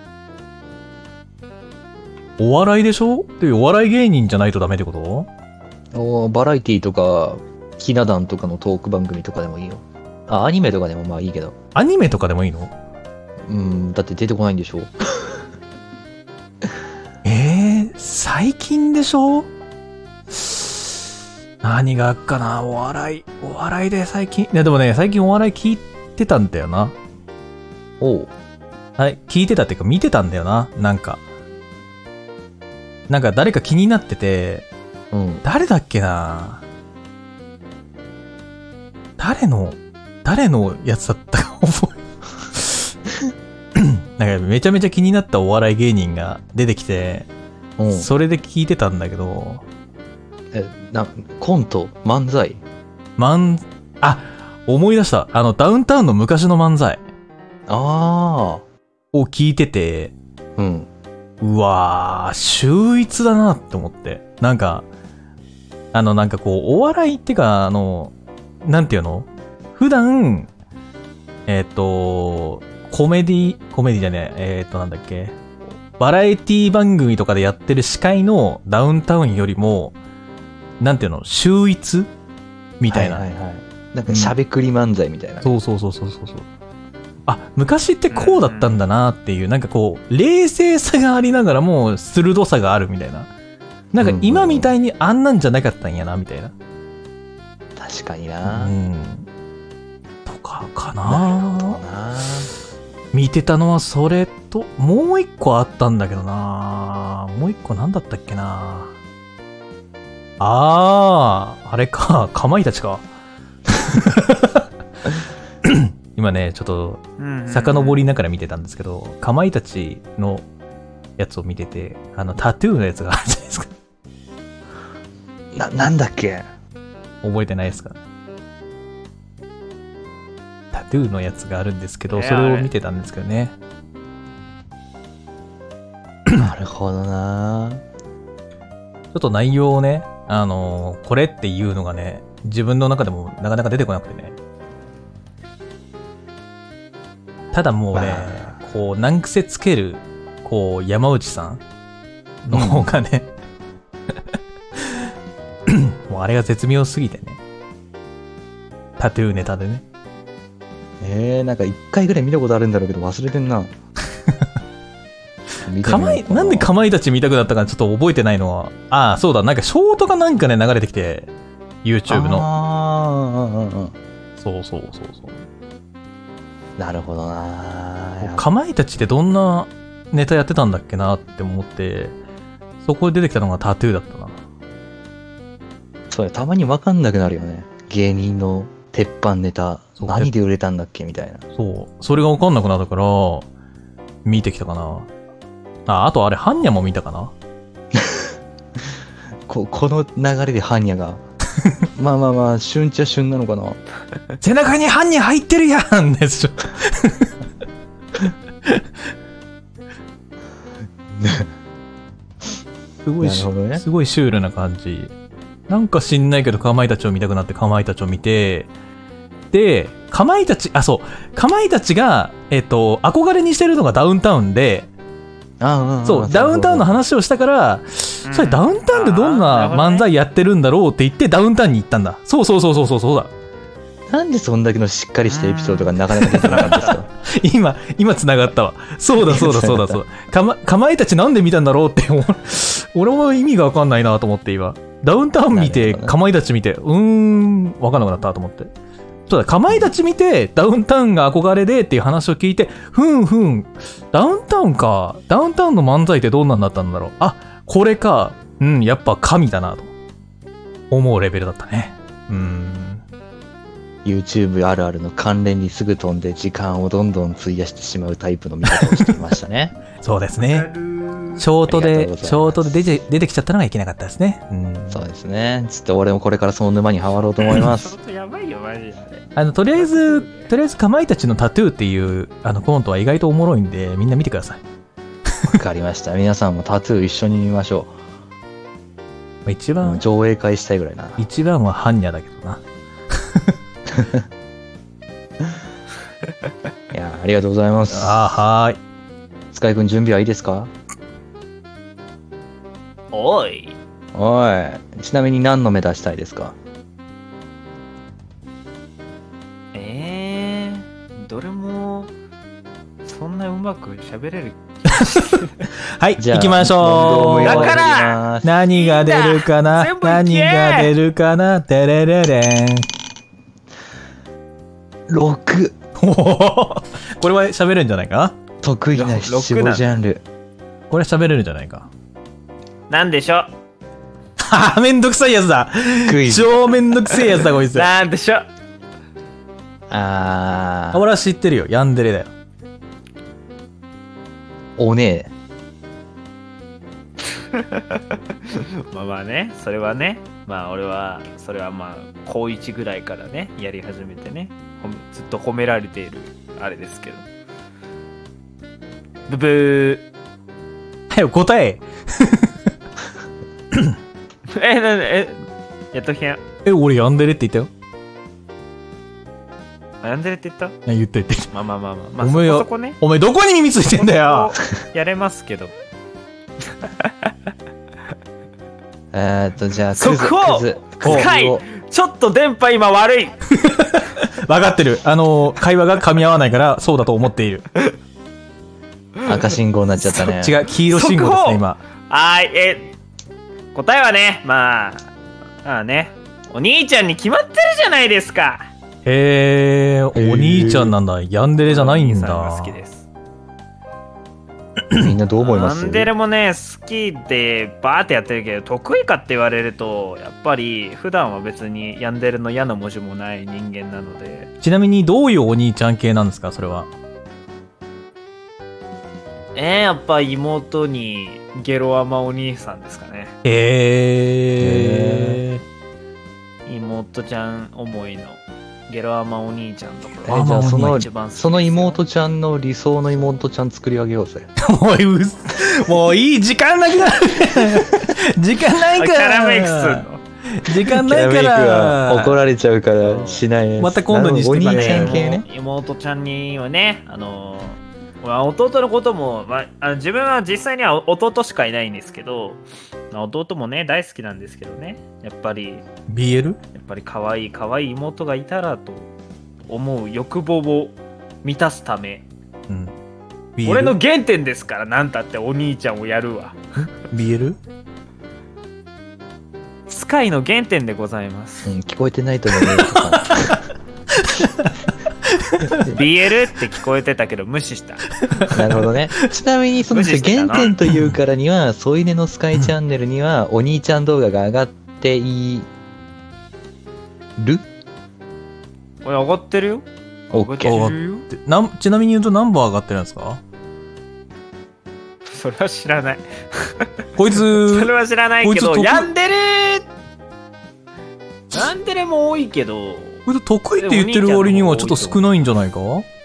う。お笑いでしょ？っていうお笑い芸人じゃないとダメってこと？ バラエティとか、ひな壇とかのトーク番組とかでもいいよ。アニメとかでもまあいいけど。 アニメとかでもいいの？ だって出てこないんでしょ？ 最近でしょ？ 何があっかな、お笑いで最近、いやでもね、最近お笑い聞いてたんだよな。 おう。 はい、聞いてたっていうか見てたんだよな、なんか誰か気になってて、誰だっけな、誰のやつだったか覚えなんかめちゃめちゃ気になったお笑い芸人が出てきて、それで聞いてたんだけど、 コント漫才思い出した。ダウンタウンの昔の漫才を聞いてて、うわー、秀逸だなって思って。なんかこう、お笑いっていうか、なんていうの？普段、コメディじゃねえ、なんだっけ、バラエティ番組とかでやってる司会のダウンタウンよりも、なんていうの、秀逸みたいな。 なんかしゃべくり漫才みたいな。 そう。あ、昔ってこうだったんだなっていう、なんかこう、冷静さがありながらも鋭さがあるみたいな。なんか今みたいにあんなんじゃなかったんやな、みたいな。 確かにな。 とかかな。見てたのはそれと、もう一個あったんだけどな。もう一個なんだったっけな。あれか、かまいたちか。今ね、ちょっと、遡りながら見てたんですけど、かまいたちのやつを見てて、タトゥーのやつがあるじゃないですか。 なんだっけ？ 覚えてないですか？タトゥーのやつがあるんですけど、それを見てたんですけどね。 なるほどな。 ちょっと内容をね、これっていうのがね、自分の中でもなかなか出てこなくてね。ただもうね、こう、難癖つける、こう、山内さんの方がね、もうあれが絶妙すぎてね。タトゥーネタでね。 なんか一回ぐらい見たことあるんだろうけど忘れてんな。 なんでかまいたち見たくなったかちょっと覚えてないのは、そうだ、なんかショートかなんかね流れてきて、YouTube の。そう。 なるほどな。 かまいたちってどんなネタやってたんだっけなって思って、そこで出てきたのがタトゥーだったな。 そうや、たまに分かんなくなるよね。芸人の鉄板ネタ、何で売れたんだっけみたいな。 そう。それが分かんなくなったから、見てきたかな。あとあれ、ハンニャも見たかな。 この流れでハンニャが。まあ、旬っちゃ旬なのかな。 背中にハンニャ入ってるやんですよ。すごいシュールな感じ。なんか知んないけど、かまいたちを見たくなって、かまいたちを見て、で、かまいたちが、憧れにしてるのがダウンタウンで、そう、ダウンタウンの話をしたから、それダウンタウンでどんな漫才やってるんだろうって言ってダウンタウンに行ったんだ。そうだ。 なんでそんだけのしっかりしたエピソードがなかなか出てなかったですか？ 今繋がったわ。そうだ。かまいたちなんで見たんだろうって、俺も意味がわかんないなと思って今。ダウンタウン見て、かまいたち見て、わかんなくなったと思って。そうだ、かまいたち見て、ダウンタウンが憧れでっていう話を聞いて、ダウンタウンか。ダウンタウンの漫才ってどんなんだったんだろう。これか。やっぱ神だなと思うレベルだったね。 YouTube あるあるの関連にすぐ飛んで時間をどんどん費やしてしまうタイプの見方をしていましたね。 そうですね。ショートで出てきちゃったのがいけなかったですね。 そうですね。ちょっと俺もこれからその沼にはまろうと思います。 ショートやばいよ、マジで。 とりあえずかまいたちのタトゥーっていうコントは意外とおもろいんで、みんな見てください。 わかりました。皆さんもタトゥー一緒に見ましょう。一番上映会したいぐらいな。 一番はハンニャだけどな。 いや、ありがとうございます。 はーい。 スカイ君準備はいいですか？ おい。 ちなみに何の目指したいですか？ どれもそんなうまく喋れるはい、行きましょう。 だから何が出るかな、何が出るかな、てれれれん。 6。 これは喋れるんじゃないかな。 得意な七五ジャンル。 これ喋れるんじゃないか。 なんでしょ。 めんどくさいやつだ。超めんどくせえやつだこいつ。 なんでしょ。 俺は知ってるよ。ヤンデレだよ。 おねえ。まあね、それはね、まあ俺はそれはまあ高1ぐらいからねやり始めてね、ずっと褒められているあれですけど。ブブー。 はよ答え。 やっとひゃん。 俺ヤンデレって言ったよ。 ヤンデレって言った？ 言った。 まあ、お前そこね。 お前どこに耳ついてんだよ。 やれますけど。 じゃあそこ深い。ちょっと電波今悪い。 分かってる。会話が噛み合わないからそうだと思っている。 赤信号になっちゃったね。 違う、黄色信号ですね今。 はい、答えはね、まあね、お兄ちゃんに決まってるじゃないですか。 お兄ちゃんなんだ。ヤンデレじゃないんだ。 好きです。 みんなどう思います？ ヤンデレもね好きでバーってやってるけど、得意かって言われるとやっぱり普段は別にヤンデレの矢の文字もない人間なので。 ちなみにどういうお兄ちゃん系なんですかそれは。 やっぱ妹にゲロアマお兄さんですかね。妹ちゃん思いのゲロアマお兄ちゃんとか。 じゃあその妹ちゃんの理想の妹ちゃん作り上げようぜ。 もういい、時間なくなる。時間ないから。 キャラメイクするの。 時間ないから。 怒られちゃうからしないね。 また今度にしてお兄ちゃん系ね。 妹ちゃんにはね、弟のことも、自分は実際には弟しかいないんですけど、弟もね大好きなんですけどね、やっぱり BL？ やっぱり可愛い妹がいたらと思う欲望を満たすため、俺の原点ですから、なんたってお兄ちゃんをやるわ。 BL？ スカイの原点でございます。 聞こえてないと思うよ。 BL って聞こえてたけど無視した。 なるほどね。ちなみにその原点というからには、添い寝のスカイチャンネルにはお兄ちゃん動画が上がっている？ 俺上がってるよ。 上がってるよ。ちなみに言うと何本上がってるんですか？ それは知らない。 こいつそれは知らないけど、ヤンデレも多いけど、 これ得意って言ってる割にはちょっと少ないんじゃないか？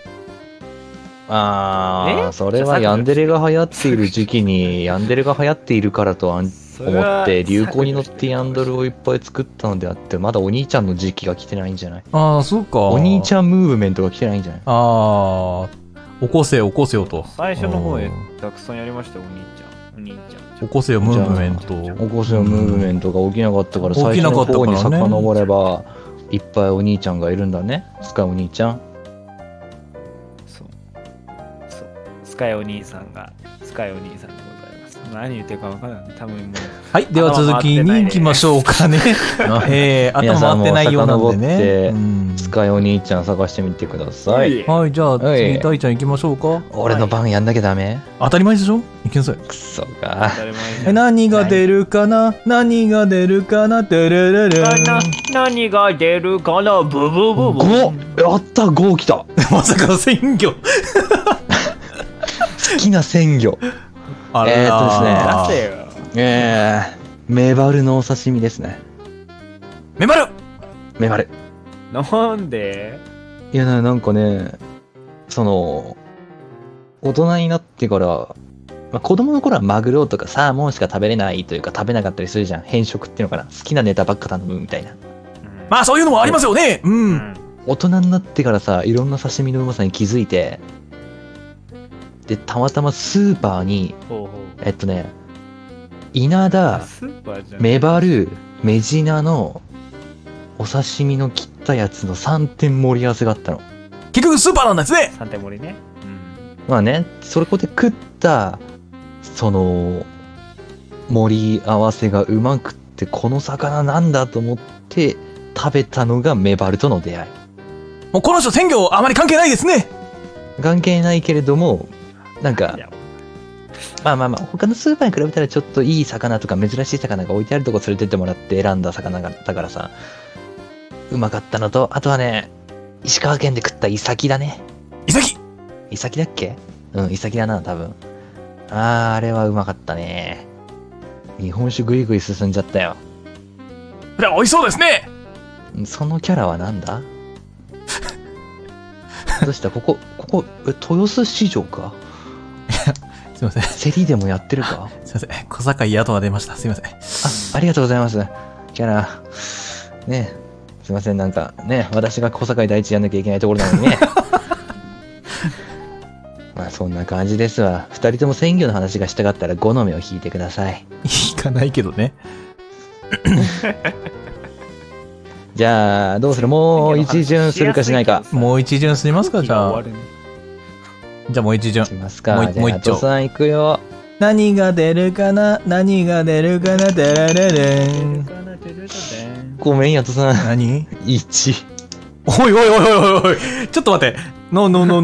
それはヤンデレが流行っている時期にヤンデレが流行っているからと思って流行に乗ってヤンデレをいっぱい作ったのであって、まだお兄ちゃんの時期が来てないんじゃない？ そうか。 お兄ちゃんムーブメントが来てないんじゃない？ 起こせよと。 最初の方へたくさんやりましたよ、お兄ちゃん。 起こせよムーブメント。 起こせよムーブメントが起きなかったから、最初の方に遡ればいっぱいお兄ちゃんがいるんだね。スカイお兄ちゃん。 そうスカイお兄さんでございます。何言ってるか分からない。多分もう。 はい、では続きに行きましょうかね。頭回ってないようなんでね。 スカイお兄ちゃん探してみてください。 はい、じゃあ次大ちゃん行きましょうか。 俺の番やんなきゃダメ？ 当たり前でしょ？行きなさい。 くそか。 何が出るかな、何が出るかな、てれれれ。 何が出るかな、ブブブブ。 5！やった、5来た。 まさか鮮魚。 好きな鮮魚。ですね。メバルのお刺身ですね。 メバル。 なんで？ いや、なんかね、大人になってから、子供の頃はマグロとかサーモンしか食べれないというか食べなかったりするじゃん。偏食っていうのかな。好きなネタばっか頼むみたいな。 まあそういうのもありますよね。 大人になってからさ、いろんな刺身のうまさに気づいて、で、たまたまスーパーに、稲田、メバル、メジナのお刺身の切ったやつの3点盛り合わせがあったの。 結局スーパーなんですね。 3点盛りね。 まあね、そこで食った、その、盛り合わせがうまくって、この魚なんだと思って食べたのがメバルとの出会い。 もうこの人鮮魚あまり関係ないですね。 関係ないけれども、なんか、まあ他のスーパーに比べたらちょっといい魚とか珍しい魚が置いてあるとこ連れてってもらって選んだ魚だからさ、うまかったのと、あとはね、石川県で食ったイサキだね。 イサキだっけ？うん、イサキだな、多分。あれはうまかったね。日本酒ぐいぐい進んじゃったよ。 美味しそうですね。 そのキャラはなんだ？どうした？ここ、豊洲市場か？ すいません。 競りでもやってるか？ すいません。小坂井宿が出ました。すいません。 ありがとうございます。キャラ。ね、すいません、なんかね、私が小坂井第一やんなきゃいけないところなのにね。まあそんな感じですわ。二人とも鮮魚の話がしたかったら5の目を引いてください。 引かないけどね。 じゃあ、どうする？もう一巡するかしないか。 もう一巡すりますか、じゃあ。じゃあもう一巡。 しますか。 もう一丁。 さん行くよ。 何が出るかな、何が出るかな、デレレレン。 ごめん、ヤトさん。 何 ?1。 おい、ちょっと待って。の。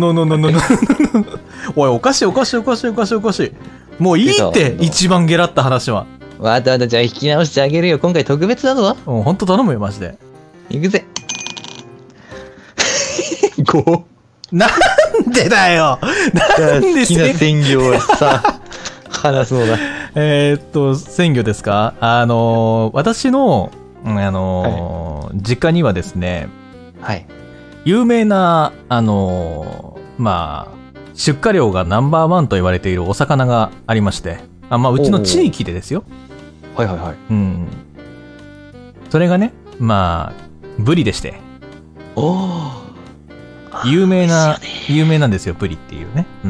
おい、おかしい。もういいって、一番ゲラった話は。 わかった、じゃあ引き直してあげるよ。今回特別だぞ。 ほんと頼むよ、マジで。 行くぜ。5。 なんでだよ。なんで好きな鮮魚をさ、話すのだ。 鮮魚ですか？私の、実家にはですね、 はい。 有名な、出荷量がナンバーワンと言われているお魚がありまして、うちの地域でですよ。 はい。 うん。それがね、ブリでして。有名なんですよ、ブリっていうね。うん。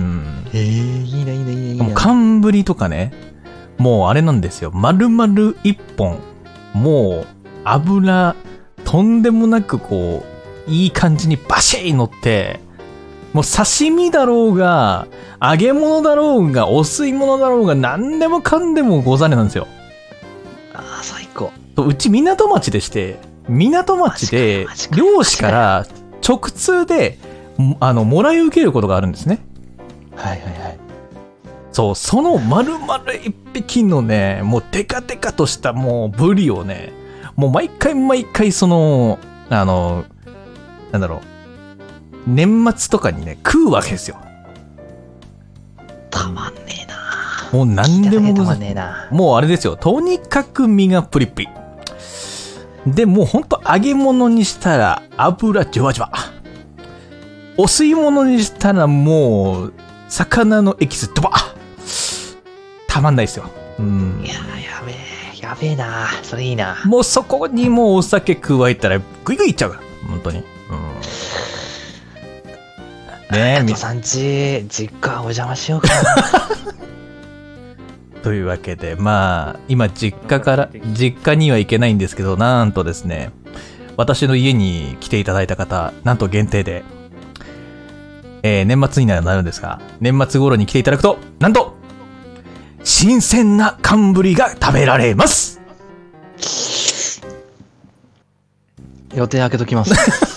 いいな。 もう寒ブリとかね、もうあれなんですよ。丸々一本、もう油、とんでもなくこう、いい感じにバシー乗って、もう刺身だろうが、揚げ物だろうが、お吸い物だろうが、何でもかんでもござれなんですよ。 最高。 うち港町でして、港町で漁師から直通で、もらい受けることがあるんですね。 はい。 そう、その丸々一匹のね、もうデカデカとしたもうブリをね、もう毎回その、なんだろう、年末とかにね、食うわけですよ。 たまんねえな。 もう何でもたまんねえな。 もうあれですよ、とにかく身がプリプリ。で、もうほんと揚げ物にしたら油じわじわ。お吸い物にしたらもう、魚のエキスドバッ。たまんないですよ。うん。 いや、やべえな。それいいな。 もうそこにもうお酒加えたらグイグイいっちゃうから。本当に。 ねえ、みさんち、実家お邪魔しようかな。 というわけで、今実家には行けないんですけど、なんとですね、私の家に来ていただいた方、なんと限定で、年末になるんですが、年末頃に来ていただくと、なんと、新鮮な寒ブリが食べられます。 予定開けときます。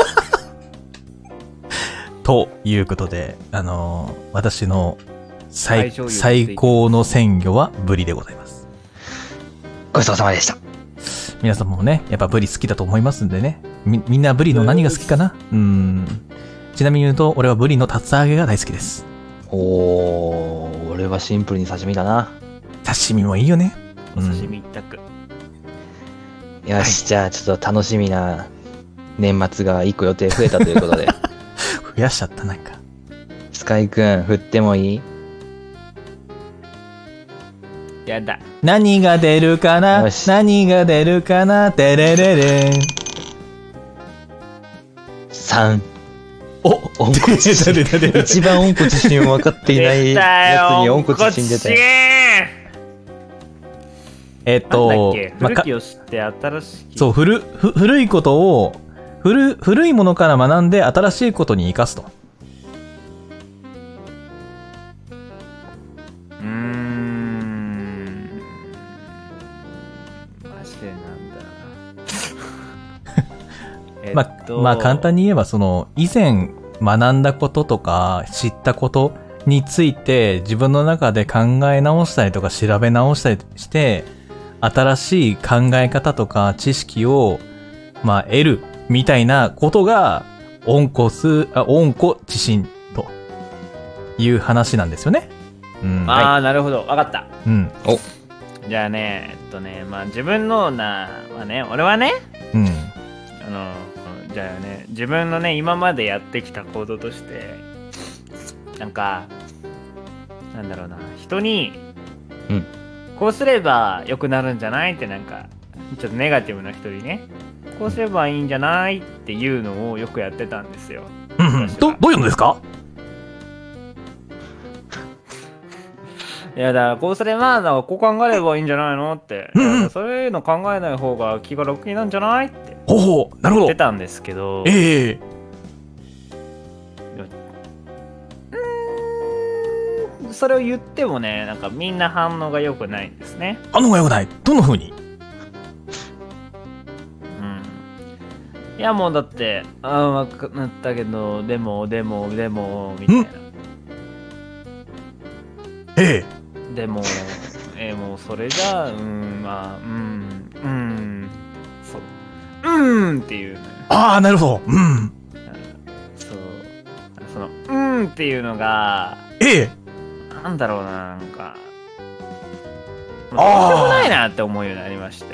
ということで、私の最高の鮮魚はブリでございます。 ごちそうさまでした。 皆さんもね、やっぱブリ好きだと思いますんでね。みんなブリの何が好きかな？ちなみに言うと、俺はブリの竜田揚げが大好きです。 俺はシンプルに刺身だな。 刺身もいいよね。 お刺身一択。 よし、じゃあちょっと楽しみな年末が1個予定増えたということで。 増やしちゃった、なんか。 スカイくん、振ってもいい？ やだ。 何が出るかな？何が出るかな？てれれれん。 3。 温故知新。 一番温故知新分かっていないやつに温故知新出たよ。 古きを知って新しい。 そう、古いことを、古いものから学んで新しいことに生かすと。 ど。 まあ簡単に言えば以前学んだこととか知ったことについて自分の中で考え直したりとか調べ直したりして、新しい考え方とか知識をまあ得るみたいなことが温故知新という話なんですよね。 なるほど、わかった。 お、 じゃあね、まあ自分の俺はね、じゃあね、自分のね、今までやってきた行動として、なんか、なんだろうな、人に、こうすれば良くなるんじゃないって、なんか、ちょっとネガティブな人にね、こうすればいいんじゃないっていうのをよくやってたんですよ。 どういうのですか？ いやだからこうすればこう考えればいいんじゃないのって、そういうの考えない方が気が楽になるんじゃないってなるほど言ってたんですけど、それを言ってもね、なんかみんな反応が良くないんですね。 反応が良くない？どんな風に？ いやもうだって分かったけど、でもみたいな。でももうそれじゃそうっていう、ね、 なるほど。 そうそのっていうのがなんだろうな、なんかどうしようもないなって思うようになりまして。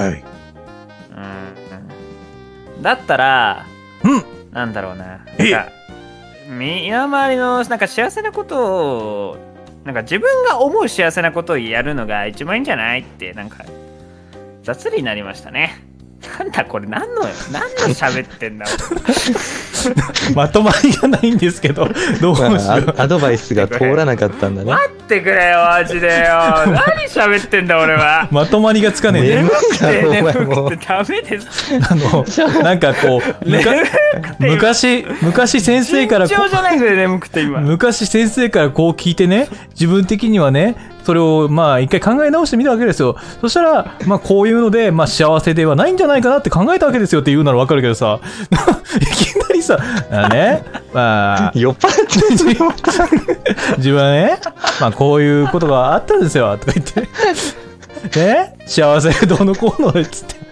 だったらなんだろうな、なんか身の回りのなんか幸せなことを、なんか自分が思う幸せなことをやるのが一番いいんじゃないって、なんか雑になりましたね。なんだこれ、何の喋ってんだまとまりがないんですけど、どうしよう。 アドバイスが通らなかったんだね。 待ってくれよマジでよ。何喋ってんだ俺は。 まとまりがつかねえ。 眠くてダメです。 なんかこう昔先生から順調じゃないぐらい眠くて今。 昔先生からこう聞いてね、自分的にはね、それをまあ一回考え直してみたわけですよ。そしたらまあこういうのでまあ幸せではないんじゃないかなって考えたわけですよって言うならわかるけどさ、いきなりさね、まあ酔っ払って自分はね、まあこういうことがあったんですよとか言ってね、幸せどうのこうのっつって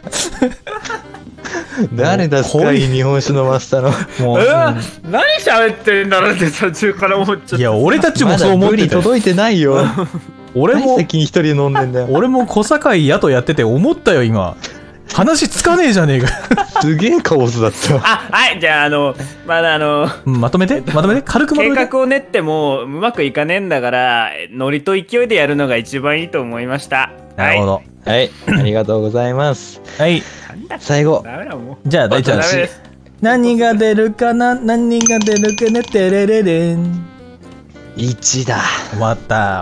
誰だすかい日本酒飲ませたの。 もう何喋ってんだろうって途中から思っちゃった。 いや俺たちもそう思ってて、 まだ届いてないよ。 俺も先に一人飲んでんだよ。 俺も小堺屋とやってて思ったよ今。話つかねえじゃねえか。 すげえカオスだった。 はいじゃあまだまとめて軽くまとめて。 計画を練ってもうまくいかねえんだから、ノリと勢いでやるのが一番いいと思いました。 なるほど。 はい、ありがとうございます。 はい。 最後。 じゃあ大ちゃん。何が出るかねてれれれん。 1だ。 終わった。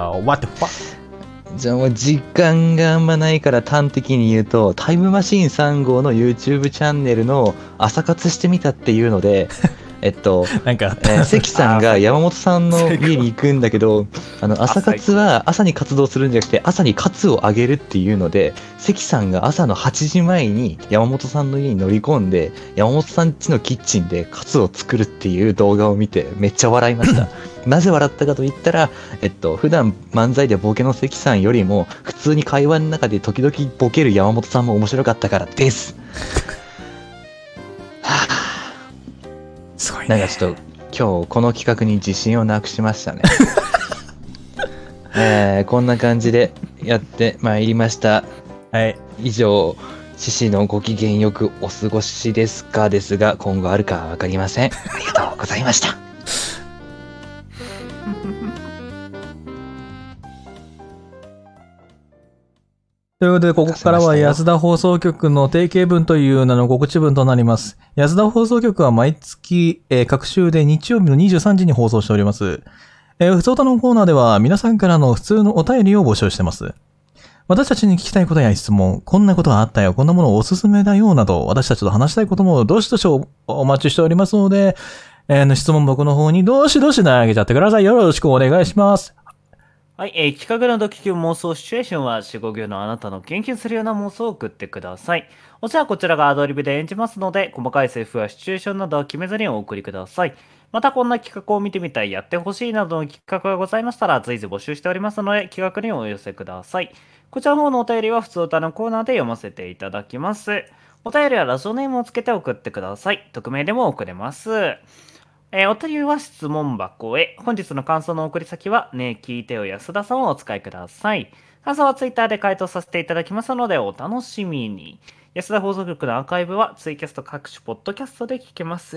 じゃあもう時間があんまないから端的に言うと、タイムマシーン3号の YouTube チャンネルの朝活してみたっていうので、 なんか関さんが山本さんの家に行くんだけど、朝活は朝に活動するんじゃなくて朝にカツをあげるっていうので、関さんが朝の8時前に山本さんの家に乗り込んで、山本さん家のキッチンでカツを作るっていう動画を見てめっちゃ笑いました。なぜ笑ったかと言ったら、普段漫才でボケの関さんよりも普通に会話の中で時々ボケる山本さんも面白かったからです。 すごいね。 なんかちょっと今日この企画に自信をなくしましたね。こんな感じでやってまいりました。 はい。 以上、獅子のご機嫌よくお過ごしですかですが、今後あるかはわかりません。ありがとうございました。 ということで、ここからは安田放送局の定型文という名の告知文となります。安田放送局は毎月、各週で日曜日の23時に放送しております。ふつおたのコーナーでは皆さんからの普通のお便りを募集してます。私たちに聞きたいことや質問、こんなことがあったよ、こんなものおすすめだよ、など、私たちと話したいこともどしどしお待ちしておりますので、質問箱の方にどしどし投げちゃってください。よろしくお願いします。 はい、企画のドキキュン妄想シチュエーションは4、5行のあなたの研究するような妄想を送ってください。お茶はこちらがアドリブで演じますので、細かいセリフやシチュエーションなどは決めずにお送りください。またこんな企画を見てみたい、やってほしいなどの企画がございましたら、随時募集しておりますので、企画にお寄せください。こちらの方のお便りは普通歌のコーナーで読ませていただきます。お便りはラジオネームをつけて送ってください。匿名でも送れます。お便りは質問箱へ。本日の感想の送り先は、ねえ聞いてよ安田さんをお使いください。感想はツイッターで回答させていただきますので、お楽しみに。安田放送局のアーカイブはツイキャスト各種ポッドキャストで聞けます。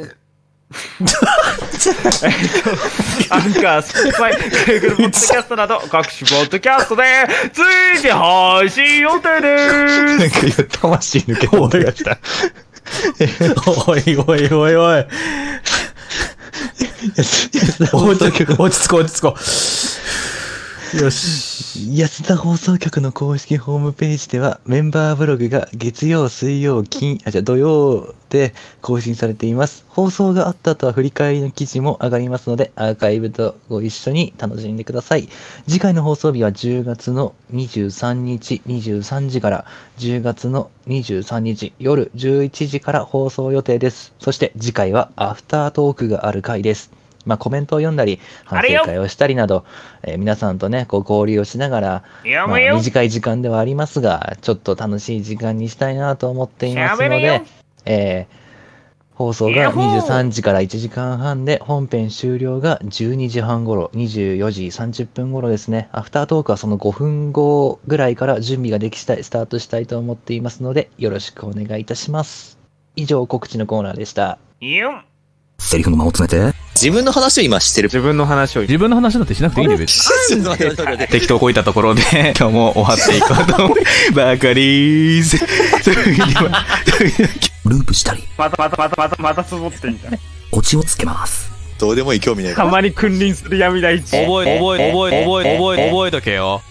アンカー、スポティファイ、Google ポッドキャストなど各種ポッドキャストで随時配信予定です。 なんか今魂抜けた音がした。 おいおいおいおい。落ち着こう落ち着こう。よし。 安田放送局の公式ホームページではメンバーブログが月曜、水曜、土曜で更新されています。放送があった後は振り返りの記事も上がりますので、アーカイブとご一緒に楽しんでください。次回の放送日は10月の23日23時から10月の23日夜11時から放送予定です。そして次回はアフタートークがある回です。コメントを読んだり、反省会をしたりなど、皆さんとね、交流をしながら、短い時間ではありますが、ちょっと楽しい時間にしたいなと思っていますので、放送が23時から1時間半で、本編終了が12時半頃、24時30分頃ですね。アフタートークはその5分後ぐらいから準備ができ次第スタートしたいと思っていますので、よろしくお願いいたします。以上、告知のコーナーでした。 セリフの間を詰めて。 自分の話を今してる。 自分の話だってしなくていいね、別に。適当こいたところで、今日も終わっていこうと思う。バカリーズ。 ループしたり。 またつぼってんじゃん。 オチをつけます。 どうでもいい興味ないから。 たまに君臨する闇大地。 覚えとけよ。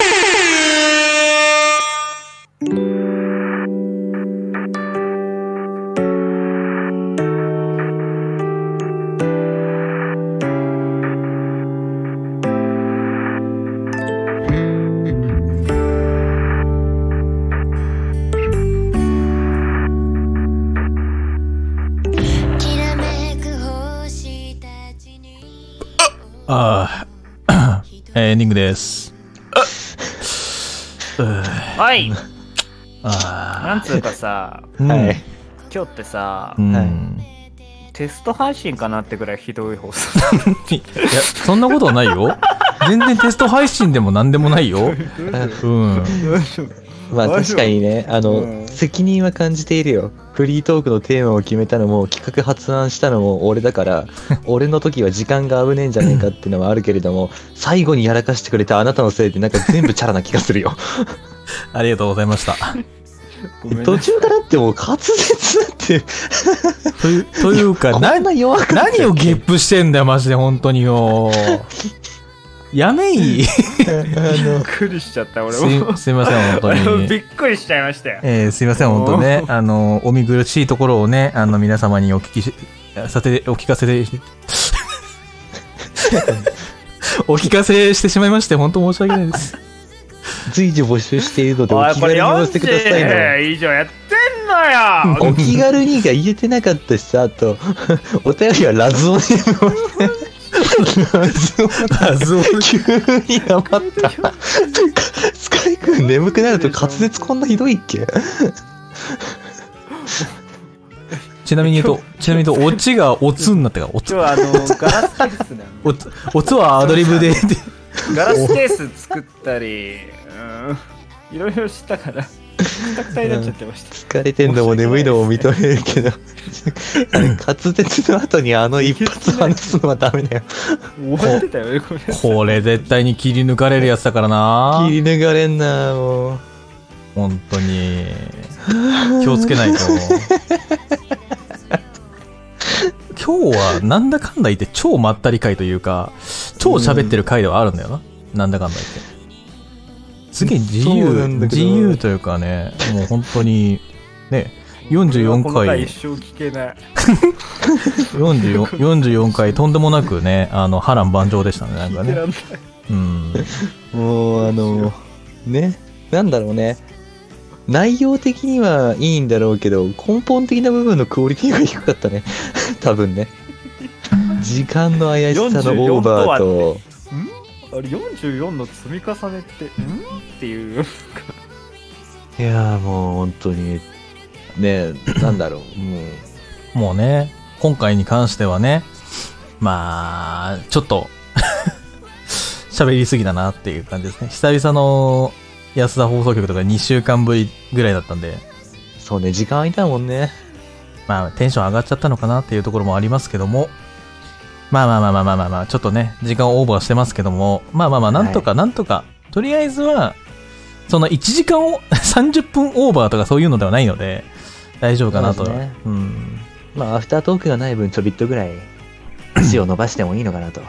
エンディングです。 はい。なんつうかさ、今日ってさ、テスト配信かなってぐらいひどい放送。 いや、そんなことはないよ。全然テスト配信でもなんでもないよ。 確かにね、責任は感じているよ。フリートークのテーマを決めたのも企画発案したのも俺だから俺の時は時間が危ねえんじゃねえかっていうのはあるけれども、最後にやらかしてくれたあなたのせいでなんか全部チャラな気がするよ。 ありがとうございました。 途中からってもう滑舌ってというか何をゲップしてんだよマジで本当によ。やめい。 びっくりしちゃった俺も。 すいません本当に。 びっくりしちゃいましたよ。 すいません本当ね。お見苦しいところをね皆様にお聞かせしてしまいまして本当申し訳ないです。 随時募集しているのでお気軽に押してくださいね。以上やってんのよ。 お気軽にが言えてなかったしさ、あとお便りはラズオネームをね。ラズオ急に余った。スカイ君眠くなると滑舌こんなひどいっけ？ ちなみに言うとオチがオツになってからオツ。 ガラスケースね。 オツはアドリブでガラスケース作ったり、いろいろしたからくたくたになっちゃってました。 疲れてんのも眠いのも認めるけど滑舌の後に一発話すのはダメだよ。 終わってたよねこれ絶対に切り抜かれるやつだからな。 切り抜かれんなもう本当に気をつけないと。今日はなんだかんだ言って超まったり回というか超喋ってる回ではあるんだよな。なんだかんだ言ってすげえ自由というかね、もう本当にね44回一生聞けない 44回とんでもなくね波乱万丈でしたね。なんかねもうね、なんだろうね。内容的にはいいんだろうけど、根本的な部分のクオリティが低かったね。多分ね。時間の怪しさのオーバーと。 あれ44の積み重ねってっていう。 いやーもう本当に、ね、なんだろう。 もうね、今回に関してはね、まあ、ちょっと、喋りすぎだなっていう感じですね。久々の安田放送局とか2週間ぶりぐらいだったんで。 そうね、時間空いたもんね。 まあ、テンション上がっちゃったのかなっていうところもありますけども。まあ、ちょっとね、時間オーバーしてますけども。なんとか、とりあえずは、その1時間を30分オーバーとかそういうのではないので、大丈夫かなと。ね、 まあ、アフタートークがない分ちょびっとぐらい、足を伸ばしてもいいのかなと。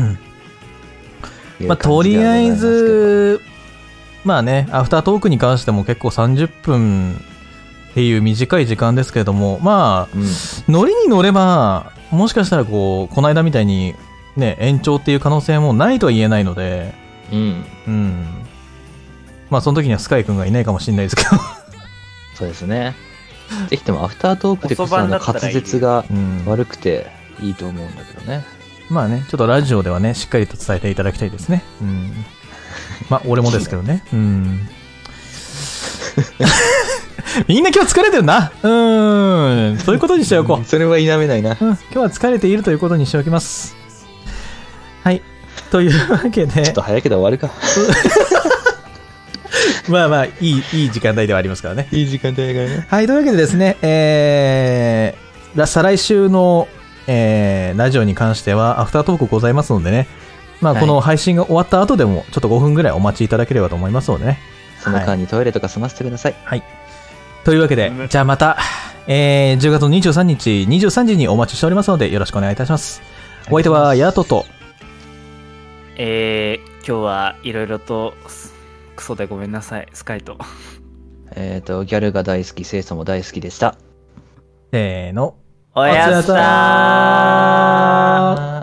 まあ、とりあえず、まあね、アフタートークに関しても結構30分っていう短い時間ですけれども、まあ、ノリに乗れば、もしかしたらこの間みたいにね、延長っていう可能性もないとは言えないので、まあ、その時にはスカイ君がいないかもしれないですけど。 そうですね。ぜひともアフタートークでこそ滑舌が悪くていいと思うんだけどね。 まあね、ちょっとラジオではね、しっかりと伝えていただきたいですね。まあ、俺もですけどね。みんな今日疲れてるな。そういうことにしておこう。 それは否めないな。 今日は疲れているということにしておきます。はい。というわけで。 ちょっと早ければ終わるか。 まあ、いい時間帯ではありますからね。 いい時間帯だからね。 はい、というわけでですね、再来週の、ラジオに関しては、アフタートークございますのでね、まあ、この配信が終わった後でも、ちょっと5分ぐらいお待ちいただければと思いますのでね。 その間にトイレとか済ませてください。 はい。というわけで、じゃあまた、10月23日23時にお待ちしておりますので、よろしくお願いいたします。お相手は、ヤートと、 今日はいろいろと、クソでごめんなさい、スカイと。 ギャルが大好き、清楚も大好きでした。 せーの。 おやすさー。